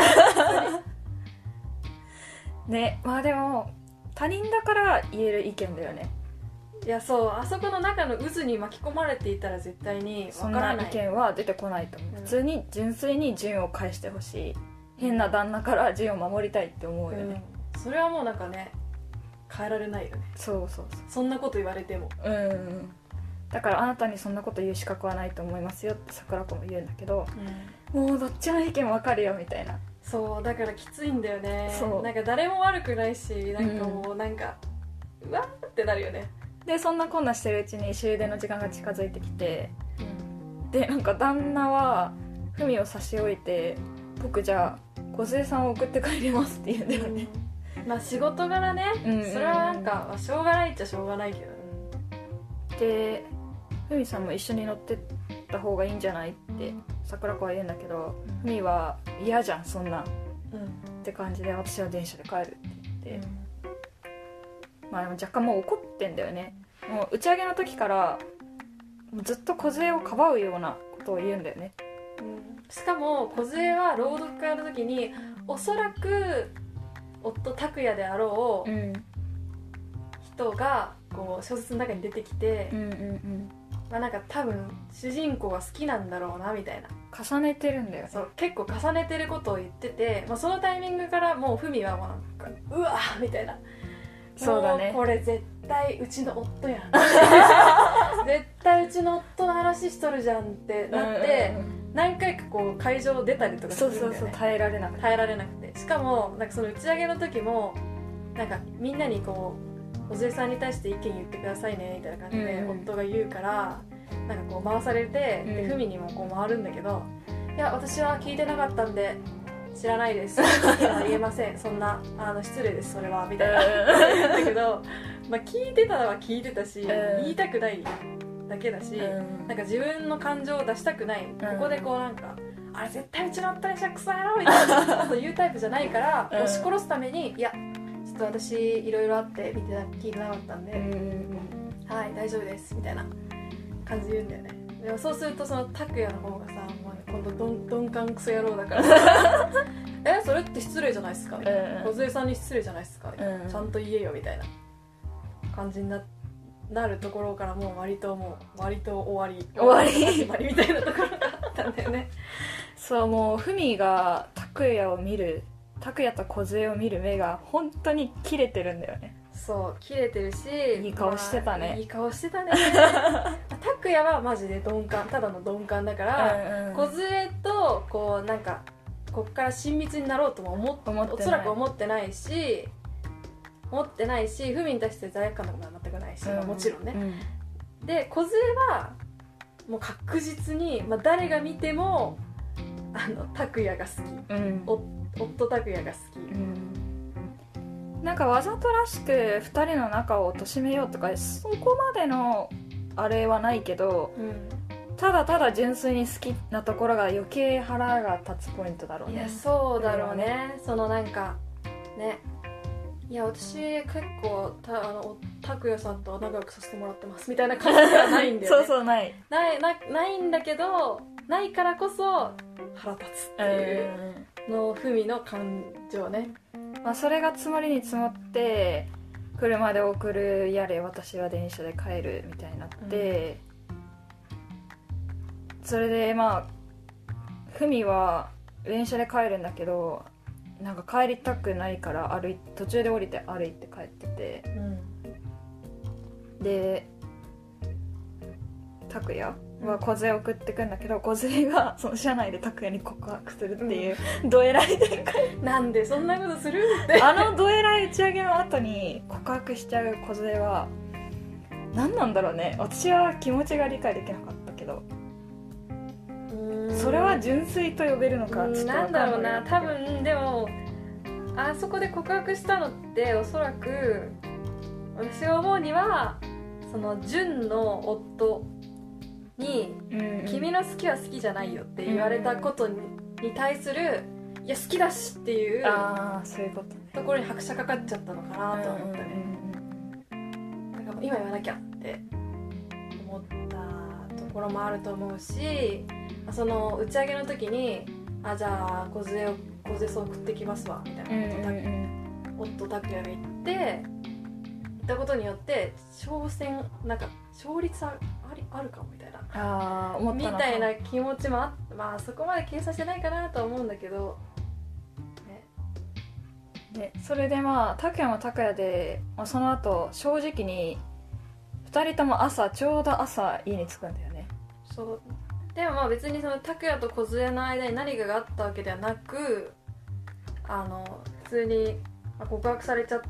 Speaker 1: ねまあでも他人だから言える意見だよね
Speaker 2: いやそうあそこの中の渦に巻き込まれていたら絶対に分からない
Speaker 1: そんな意見は出てこないと思う、うん、普通に純粋に純を返してほしい変な旦那から純を守りたいって思うよね、
Speaker 2: うん、それはもうなんかね変えられないよね
Speaker 1: そうそうそう
Speaker 2: そんなこと言われても
Speaker 1: うんだからあなたにそんなこと言う資格はないと思いますよって桜子も言うんだけど、うん、もうどっちの意見わかるよみたいな
Speaker 2: そうだからきついんだよねそうなんか誰も悪くないしなんかもうなんか、うん、うわーってなるよね
Speaker 1: でそんなこんなしてるうちに終電の時間が近づいてきて、うん、でなんか旦那は文を差し置いて僕じゃあ梢さんを送って帰りますって言うんだよね、うん
Speaker 2: まあ仕事柄ね、うんうん、それはなんかしょうがないっちゃしょうがないけど、
Speaker 1: ね、でふみさんも一緒に乗ってった方がいいんじゃないって桜子は言うんだけどふみは嫌じゃんそんな、うん、って感じで私は電車で帰るって言って、うん、まあでも若干もう怒ってんだよねもう打ち上げの時からずっと梢をかばうようなことを言うんだよね、
Speaker 2: うん、しかも梢は朗読会の時におそらく夫拓也であろう、うん、人がこう小説の中に出てきて、うんうんうんまあ、なんか多分主人公が好きなんだろうなみたいな
Speaker 1: 重ねてるんだよね
Speaker 2: そう結構重ねてることを言ってて、まあ、そのタイミングからもうふみはもうなんかうわーみたいな
Speaker 1: そうだね
Speaker 2: もうこれ絶対うちの夫やん絶対うちの夫の話しとるじゃんってなって、うんうんうん、何回かこう会場出たりとかするんだよね。
Speaker 1: そうそうそう、耐えられなくて
Speaker 2: 耐えられなくて、しかもなんかその打ち上げの時もなんかみんなにこう小杉さんに対して意見言ってくださいねみたいな感じで夫が言うから、うん、なんかこう回されて、うん、でふみにもこう回るんだけど、いや私は聞いてなかったんで知らないです言えません、そんなあの失礼ですそれはみたいな言ったけど、まあ、聞いてたのは聞いてたし、うん、言いたくないだけだし、うん、なんか自分の感情を出したくない、うん、ここでこうなんかあれ絶対うちの夫にしゃくそやろみたいなこと言うタイプじゃないから、うん、押し殺すためにいやちょっと私いろいろあって見てな聞いてなかったんで、うん、はい大丈夫ですみたいな感じで言うんだよね。でもそうするとその拓也の方がさ、もう今度どん鈍感クソ野郎だからさえそれって失礼じゃないですかみたいな、小杉さんに失礼じゃないですかみたいな、うん、ちゃんと言えよみたいな感じに な, なるところからもう割ともう割と終わり
Speaker 1: 終わり
Speaker 2: 始まりみたいなところがあったんだよね
Speaker 1: そう、もうふみが拓也を見る拓也と梢を見る目が本当に切れてるんだよね。
Speaker 2: そう切れてるし、
Speaker 1: いい顔してたね、
Speaker 2: まあ、いい顔してたね拓也はマジで鈍感、ただの鈍感だから、うんうん、梢とこうなんかこっから親密になろうとも思っ思ってない、おそらく思ってないし思ってないし、ふみに対して罪悪感とかも全くないし、うん、もちろんね、うん、で梢はもう確実に、まあ、誰が見てもあの拓也が好き、うん、夫拓也が好き、うん、
Speaker 1: なんかわざとらしくふたりの仲を貶めようとかそこまでのあれはないけど、うん、ただただ純粋に好きなところが余計腹が立つポイントだろうね。
Speaker 2: いやそうだろうね、そのなんかね、いや私結構たあの拓也さんと仲良くさせてもらってますみたいな感じではないんだよね
Speaker 1: そうそうない
Speaker 2: ないなないんだけど、ないからこそ腹立つっていうのふみの感情ね、
Speaker 1: まあ、それが積もりに積もって車で送るやれ私は電車で帰るみたいになって、うん、それでまあふみは電車で帰るんだけどなんか帰りたくないから歩い途中で降りて歩いて帰ってて、うん、で拓也は梢送ってくんだけど、梢がその車内で拓也に告白するっていう、うん、ドエライ展開
Speaker 2: なんでそんなことするって
Speaker 1: あのドエライ打ち上げの後に告白しちゃう梢は何なんだろうね。私は気持ちが理解できなかったけど、それは純粋と呼べるのかちょっと分かんない。
Speaker 2: なんだろうな、多分でもあそこで告白したのっておそらく私が思うにはその純の夫に、うんうん、君の好きは好きじゃないよって言われたことに、うん、に対するいや好きだしっていう、
Speaker 1: あーそういうことね、
Speaker 2: ところに拍車かかっちゃったのかなと思ったね、うんうん、なんかもう今言わなきゃって思ったところもあると思うし、その打ち上げの時にあじゃあ梢を梢送ってきますわみたいなことを、うんうん、夫拓也が言って言ったことによって挑戦なんか勝率ありあるかもみたいな
Speaker 1: あ思った
Speaker 2: みたいな気持ちもあって、まあそこまで計算してないかなとは思うんだけど、
Speaker 1: ねね、それでまあ拓也も拓也で、まあ、その後正直にふたりとも朝ちょうど朝家に着くんだよね。
Speaker 2: そうでもまあ別にその拓也と梢の間に何かがあったわけではなく、あの普通に告白されちゃって、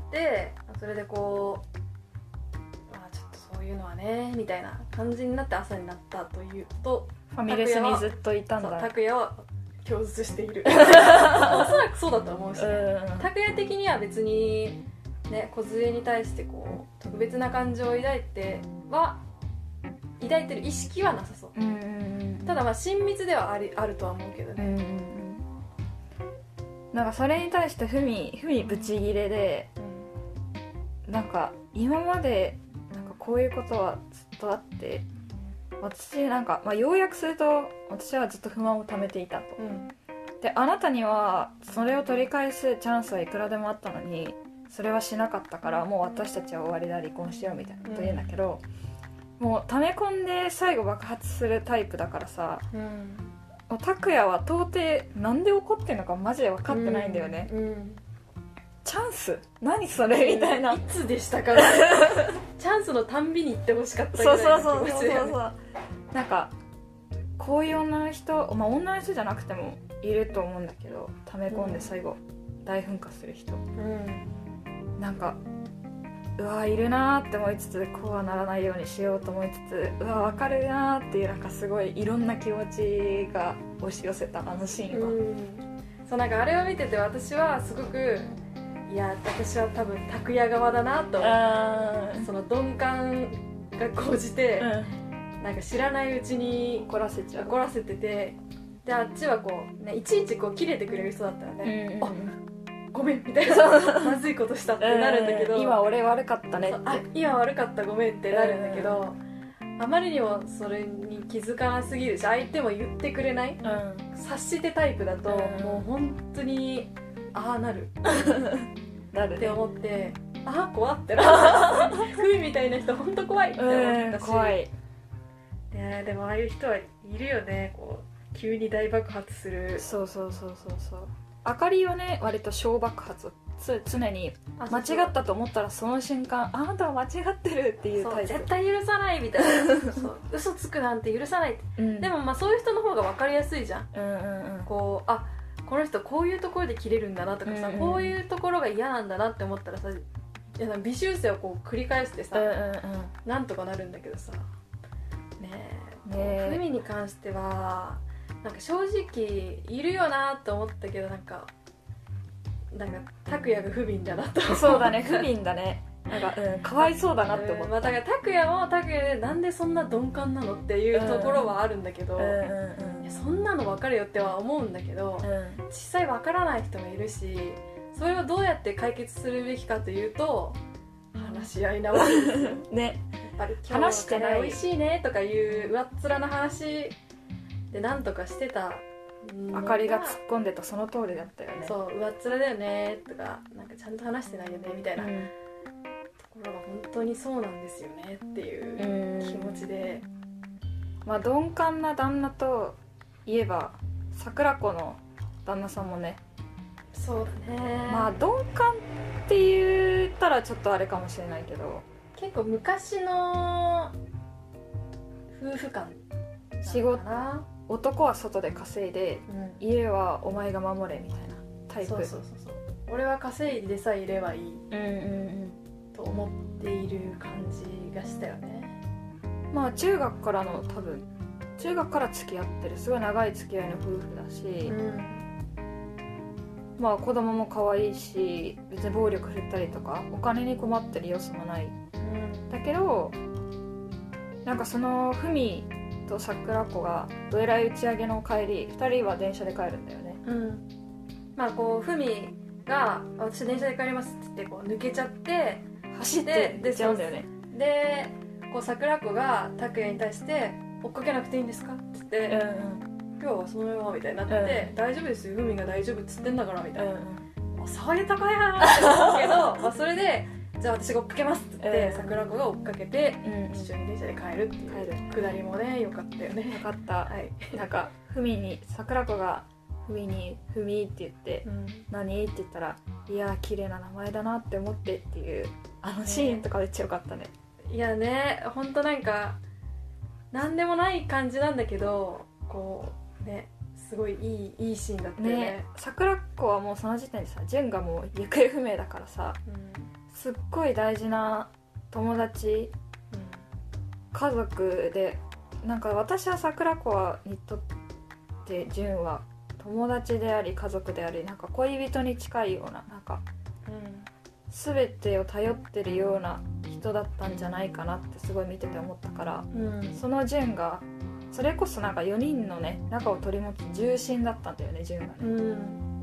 Speaker 2: それでこう、まあ、ちょっとそういうのはねみたいな感じになって朝になったというと、
Speaker 1: ファミレスにずっといたんだ。
Speaker 2: 拓也は供述しているおそらくそうだと思うし、ね、拓也的には別にね梢に対してこう特別な感情を抱いては抱いてる意識はなさそう、うんうんうん、ただまあ親密ではありあるとは思うけどね、うんうんうん、
Speaker 1: なんかそれに対してふみふみブチギレで、うん、なんか今までなんかこういうことはずっとあって、私なんか、まあ、要約すると私はずっと不満を溜めていたと、うん、であなたにはそれを取り返すチャンスはいくらでもあったのにそれはしなかったからもう私たちは終わりだ離婚しようみたいなこと言うんだけど、うん、もう溜め込んで最後爆発するタイプだからさ、うん、拓也は到底なんで怒ってるのかマジで分かってないんだよね、うんうん、 チャンス何それみたいな、
Speaker 2: いつでしたかねチャンスのたんびに言ってほしかったぐらいの気持ちだよね。
Speaker 1: なんかこういう女の人、まあ女の人じゃなくてもいると思うんだけど、溜め込んで最後、うん、大噴火する人、うん、なんかうわいるなーって思いつつ、こうはならないようにしようと思いつつ、うわ分かるなーっていう、なんかすごいいろんな気持ちが押し寄せたあのシーンは、うん、
Speaker 2: そうなんかあれを見てて私はすごく、いや私は多分拓哉側だなと、その鈍感が高じて、うん、なんか知らないうちに
Speaker 1: 怒らせちゃう
Speaker 2: 怒らせてて、であっちはこう、ね、いちいちこう切れてくれる人だったらね、うんうん、あごめんみたいなまずいことしたってなるんだけど、
Speaker 1: 今俺悪かったねって、
Speaker 2: あ今悪かったごめんってなるんだけど、あまりにもそれに気づかなすぎるし、相手も言ってくれない、うん、察してタイプだと、うん、もう本当にああなる
Speaker 1: なる
Speaker 2: って思って、ああ怖ってなるふみみたいな人本当怖いって思ったし、
Speaker 1: 怖い。
Speaker 2: で, でもああいう人はいるよね、こう急に大爆発する。
Speaker 1: そうそうそうそうそう。あかりはね割と小爆発、つ常に間違ったと思ったらその瞬間、あなたは間違ってるっていうタイプ、
Speaker 2: 絶対許さないみたいなそう嘘つくなんて許さないって、うん、でもまあそういう人の方が分かりやすいじゃん、うんうんうん、こうあこの人こういうところで切れるんだなとかさ、うんうん、こういうところが嫌なんだなって思ったらさ、いや微修正をこう繰り返してさ、うんうんうん、なんとかなるんだけどさ、ねえ、ふみに関してはなんか正直いるよなと思ったけど、なんかなんか拓哉が不憫だなと思った。
Speaker 1: そうだね、不憫だね、なんか、うん、かわいそうだなって思った、うん、まあ、
Speaker 2: だから拓哉も拓哉でなんでそんな鈍感なのっていうところはあるんだけど、うんうんうん、いやそんなの分かるよっては思うんだけど、うん、実際分からない人もいるし、それをどうやって解決するべきかというと話し合いなわけですよ
Speaker 1: ね。
Speaker 2: やっぱり今日のカレー美味しいねとかいう上っ面な話でなんとかしてた、
Speaker 1: あかりが突っ込んでたその通りだったよね。
Speaker 2: そう上っ面だよねとか、なんかちゃんと話してないよねみたいな、うん、ところが本当にそうなんですよねっていう気持ちで、
Speaker 1: まあ鈍感な旦那といえば桜子の旦那さんもね、
Speaker 2: そうだね、
Speaker 1: まあ鈍感って言ったらちょっとあれかもしれないけど、
Speaker 2: 結構昔の夫婦間
Speaker 1: 仕事、男は外で稼いで、うん、家はお前が守れみたいなタイプ。
Speaker 2: そうそうそうそう、俺は稼いでさえいればいい、うんうんうん、と思っている感じがしたよね。
Speaker 1: まあ中学からの多分中学から付き合ってるすごい長い付き合いの夫婦だし、うん、まあ子供も可愛いし、別に暴力振ったりとかお金に困ってる様子もない、うん、だけどなんかそのふみと桜子がどえらい打ち上げの帰りふたりは電車で帰るんだよね、うん、
Speaker 2: まあこうふみが私電車で帰りますって言ってこう抜けちゃって
Speaker 1: 走って出ちゃうんだよね。
Speaker 2: でこう桜子が拓哉に対して追っかけなくていいんですかって言って、うんうん、今日はそのままみたいになって、うん、大丈夫ですよふみが大丈夫っつってんだからみたいな、うんうん、そういうとこやーって思うけどまあそれでじゃあ私が追っかけますって言って、うん、桜子が追っかけて、うん、一緒に電車で帰るっていうくだりもねよかったよね。
Speaker 1: よかった、はい、なんかふみに桜子がふみにふみって言って、うん、何って言ったらいや綺麗な名前だなって思ってっていうあのシーンとかめっちゃよかったね。
Speaker 2: いやね、ほんとなんかなんでもない感じなんだけどこうねすごいいいいいシーンだったよね。ね、
Speaker 1: 桜子はもうその時点でさ純がもう行方不明だからさ、うん、すっごい大事な友達、うん、家族でなんか私は桜子にとって純は友達であり家族でありなんか恋人に近いようななんか、うん、全てを頼ってるような人だったんじゃないかなってすごい見てて思ったから、うん、その純がそれこそなんかよにんのね仲を取り持つ重心だったんだよね純がね、うん、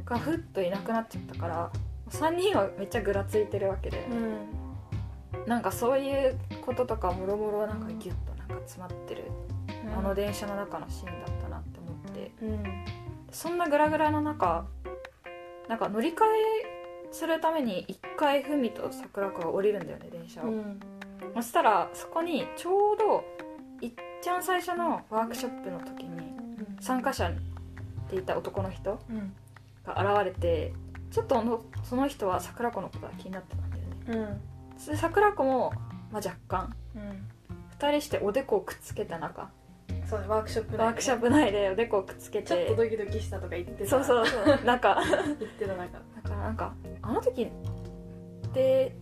Speaker 1: がふっといなくなっちゃったからさんにんはめっちゃぐらついてるわけで、うん、なんかそういうこととかもろもろなんかギュッとなんか詰まってる、うん、あの電車の中のシーンだったなって思って、うん、そんなグラグラの中なんか乗り換えするために一回ふみと桜子が降りるんだよね電車を、うん、そしたらそこにちょうどいっちゃん最初のワークショップの時に参加者っていた男の人が現れてちょっとのその人は桜子のことが気になってたんだよね。
Speaker 2: うん
Speaker 1: で桜子も、まあ、若干
Speaker 2: うん
Speaker 1: ふたりしておでこをくっつけた中、
Speaker 2: そうねワークショップ内でね
Speaker 1: ワークショップ内でおでこをくっつけて
Speaker 2: ちょっとドキドキしたとか言ってた
Speaker 1: そうそうそうなんか
Speaker 2: 言ってたなんか
Speaker 1: だからなんかあの時で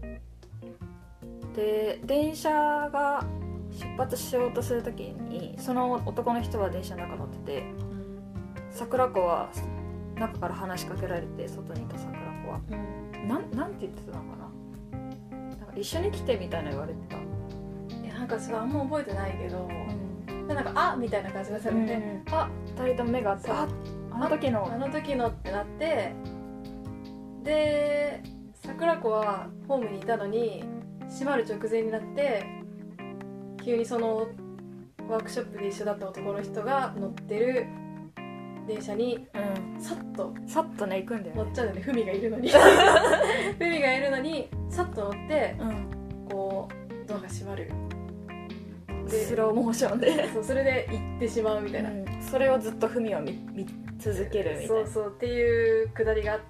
Speaker 1: で電車が出発しようとする時にその男の人は電車の中乗ってて、桜子は中から話しかけられて、外にいた桜子は
Speaker 2: うん
Speaker 1: なんなんて言ってたのかな、なんか一緒に来てみたいな言われてた。
Speaker 2: いやなんかそれあんま覚えてないけど、
Speaker 1: うん
Speaker 2: でなんかあみたいな感じがされて、
Speaker 1: うん
Speaker 2: あ
Speaker 1: 二人とも目が合って、
Speaker 2: そう
Speaker 1: ああの時の
Speaker 2: あの時のってなって、で桜子はホームにいたのに閉まる直前になって急にそのワークショップで一緒だった男の人が乗ってる電車に
Speaker 1: うん
Speaker 2: さっと
Speaker 1: さっとね行くんだよね。
Speaker 2: 乗っちゃうんだよね。ふみがいるのにふみがいるのにさっと乗って
Speaker 1: うん
Speaker 2: こうドアが閉まるで
Speaker 1: スローモーションで、
Speaker 2: そうそれで行ってしまうみたいな、
Speaker 1: うんそれをずっと文を見見続けるみたいな。
Speaker 2: そうそうっていうくだりがあって、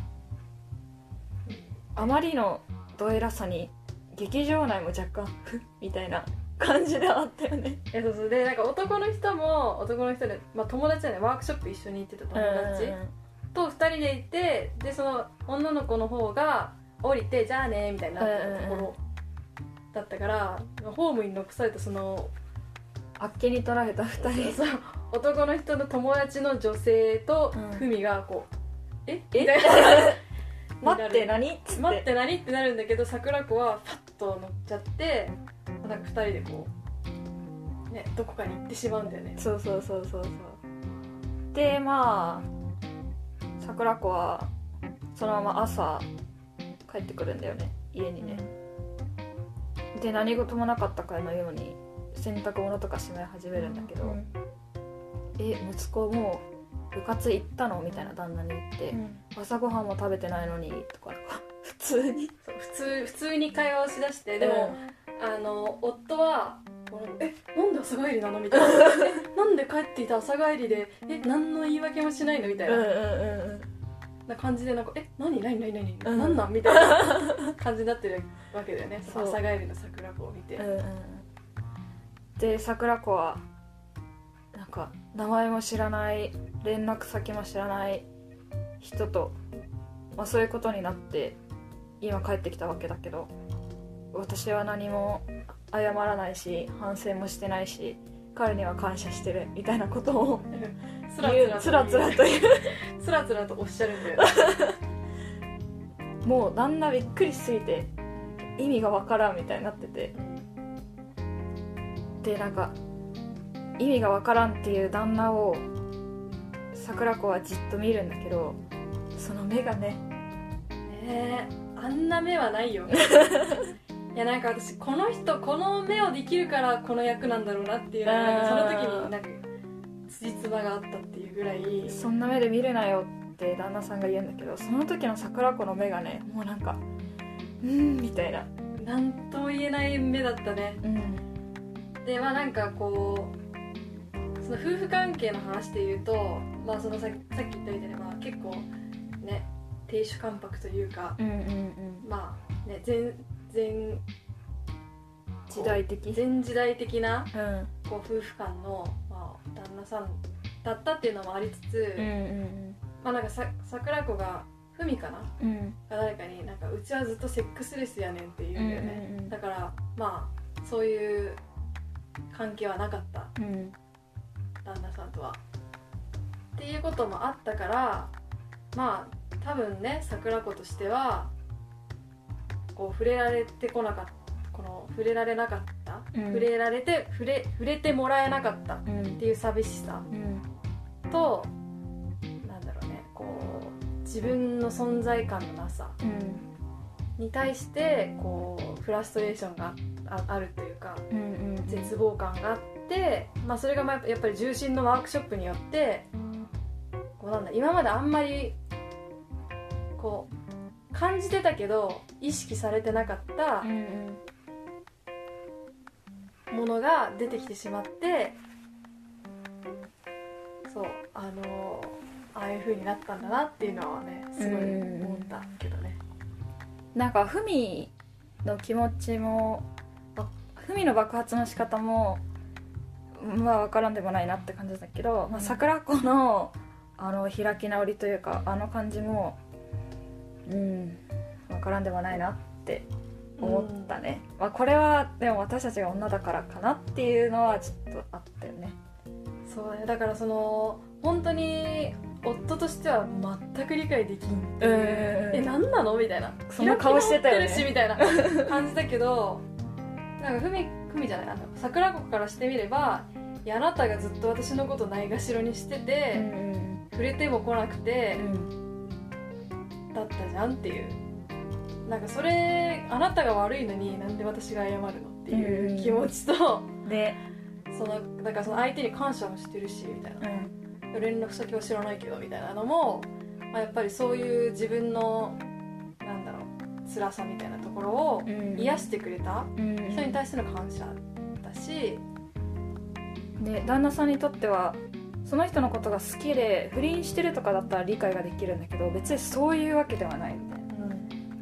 Speaker 1: あまりのどえらさに劇場内も若干ふっみたいな感じであったよね。
Speaker 2: いやそうそうでなんか男の人も男の人で、まあ、友達だねワークショップ一緒に行ってた友達とふたりでいて、でその女の子の方が降りてじゃあねみたいになってたところだったから、ホームに残されたその
Speaker 1: あっけに取られたふたり。
Speaker 2: そう男の人の友達の女性と
Speaker 1: うん
Speaker 2: ふみがこうえ
Speaker 1: え
Speaker 2: みたいな
Speaker 1: 待って何っつって
Speaker 2: 待って何ってなるんだけど、桜子はパッと乗っちゃってなんかふたりでこうねどこかに行ってしまうんだよね。
Speaker 1: そうそうそうそうそうでまあ桜子はそのまま朝帰ってくるんだよね家にね。で何事もなかったかのように洗濯物とかしまい始めるんだけど、
Speaker 2: うん
Speaker 1: え息子もう部活行ったのみたいな旦那に言って、
Speaker 2: うん
Speaker 1: 朝ごはんも食べてないのにとか普通に
Speaker 2: そう普通普通に会話をしだして、でも、あの夫はえなんで朝帰りなのみたいなえなんで帰っていた朝帰りでえ何の言い訳もしないのみたいな、
Speaker 1: うんうんうん
Speaker 2: な感じでなんかえ何何何何、
Speaker 1: うん
Speaker 2: 何なんみたいな感じになってるわけだよね。
Speaker 1: そう
Speaker 2: 朝帰りの桜子を見て、
Speaker 1: うんうんうんで桜子はなんか名前も知らない連絡先も知らない人と、まあ、そういうことになって今帰ってきたわけだけど、私は何も謝らないし反省もしてないし彼には感謝してるみたいなことを
Speaker 2: つら
Speaker 1: 言うつらつらと言う
Speaker 2: つらつらとおっしゃるんだよ
Speaker 1: もう旦那びっくりしすぎて意味がわからんみたいになってて、でなんか意味がわからんっていう旦那を桜子はじっと見るんだけど、その目がね
Speaker 2: ねえあんな目はないよいやなんか私この人この目をできるからこの役なんだろうなっていうのがなんかその時になんか辻褄があったっていうぐらい、
Speaker 1: そんな目で見るなよって旦那さんが言うんだけど、その時の桜子の目がねもうなんかうーんみたいな、
Speaker 2: なんとも言えない目だったね。
Speaker 1: うん
Speaker 2: でまあなんかこうその夫婦関係の話で言うと、まあそのささっき言ったみたいに、まあ、結構ね亭主関白というか、
Speaker 1: うんうんうん
Speaker 2: まあね全全
Speaker 1: 時代的
Speaker 2: 全時代的な
Speaker 1: うん
Speaker 2: こう夫婦間の、まあ、旦那さんだったっていうのもありつつ、
Speaker 1: うんうん
Speaker 2: まあなんかさ桜子がふみかな
Speaker 1: うんうん
Speaker 2: が誰かになんかうちはずっとセックスレスやねんって言うんだよね、
Speaker 1: うんうんうん
Speaker 2: だからまあそういう関係はなかった
Speaker 1: うん
Speaker 2: 旦那さんとはっていうこともあったから、まあ多分ね桜子としてはこう触れられてこなかったこの触れられなかった、
Speaker 1: うん
Speaker 2: 触れられて触れ触れてもらえなかったっ
Speaker 1: うん
Speaker 2: ていう寂しさ
Speaker 1: うん
Speaker 2: と、なんだろうねこう自分の存在感のなさ
Speaker 1: うん
Speaker 2: に対してこうフラストレーションが あ, あるというか
Speaker 1: うんうん
Speaker 2: 絶望感があって、まあ、それがまあやっぱり重心のワークショップによってこうなんだ今まであんまりこう感じてたけど意識されてなかった
Speaker 1: うんうん
Speaker 2: ものが出てきてしまって、そうあのああいう風になったんだなっていうのはねすごい思ったけどね。
Speaker 1: なんかふみの気持ちもふみの爆発の仕方もまあ分からんでもないなって感じだけど、まあ、桜子のあの開き直りというかあの感じもうん分からんでもないなって思ったね、うんまあ、これはでも私たちが女だからかなっていうのはちょっとあったよね。
Speaker 2: そうね、だからその本当に夫としては全く理解できんっていう、
Speaker 1: え
Speaker 2: え何なのみたいな、
Speaker 1: そんな顔してたよね
Speaker 2: 開き直ってるしみたいな感じだけどなんかふみふみじゃないあの桜子からしてみればいやあなたがずっと私のことないがしろにしてて、うんうん、触れても来なくて、うん、だったじゃんっていう、なんかそれあなたが悪いのになんで私が謝るのっていう気持ちと、
Speaker 1: うん、で
Speaker 2: そのだからその相手に感謝もしてるしみたいな、うん、連絡先は知らないけどみたいなのも、まあ、やっぱりそういう自分のなんだろう辛さみたいなところを癒してくれた人に対しての感謝だし、
Speaker 1: で旦那さんにとってはその人のことが好きで不倫してるとかだったら理解ができるんだけど別にそういうわけではないみたいな、うん、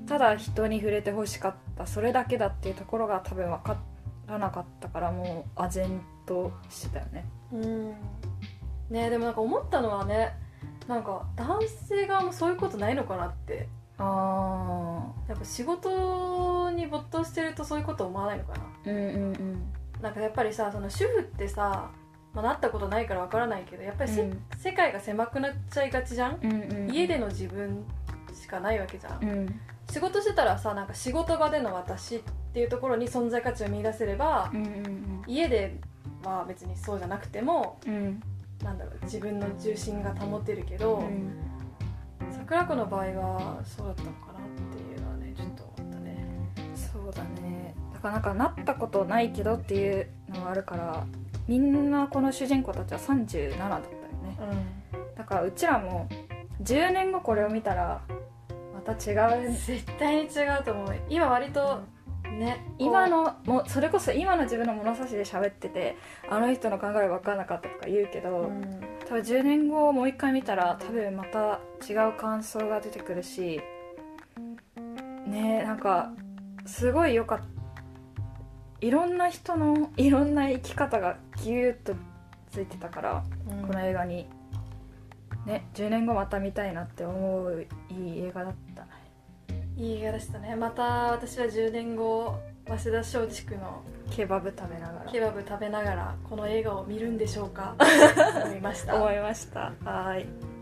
Speaker 1: ただ人に触れてほしかったそれだけだっていうところが多分分からなかったからもう唖然としてたよね。
Speaker 2: うんね、でもなんか思ったのはね、なんか男性側もそういうことないのかなって。
Speaker 1: あ
Speaker 2: やっぱ仕事に没頭してるとそういうこと思わないのかな。
Speaker 1: うんうんうん
Speaker 2: なんかやっぱりさその主婦ってさ、まあ、なったことないからわからないけどやっぱり、うん、世界が狭くなっちゃいがちじゃん、うんうん、家での自分しかないわけじゃん、うん、仕事してたらさなんか仕事場での私っていうところに存在価値を見出せれば、うんうんうん、家では別にそうじゃなくても、うん、なんだろう自分の重心が保てるけど、うん、桜子の場合はそうだったのかなっていうのはねちょっと思ったね。
Speaker 1: そうだね、だからなんかなったことないけどっていうのがあるからみんなこの主人公たちはさんじゅうななだったよね、うん、だからうちらもじゅうねんごこれを見たらまた違う、
Speaker 2: 絶対に違うと思う。今割とね
Speaker 1: 今のもそれこそ今の自分の物差しで喋っててあの人の考え分からなかったとか言うけど、うん、多分じゅうねんごもう一回見たら多分また違う感想が出てくるしね、なんかすごい良かった。いろんな人のいろんな生き方がギューッとついてたから、うん、この映画にねじゅうねんごまた見たいなって思ういい映画だったね。
Speaker 2: いい映画でしたね。また私はじゅうねんご早稲田松竹の
Speaker 1: ケバブ食べながら
Speaker 2: ケバブ食べながらこの映画を見るんでしょうか思いました
Speaker 1: 思いました。はい。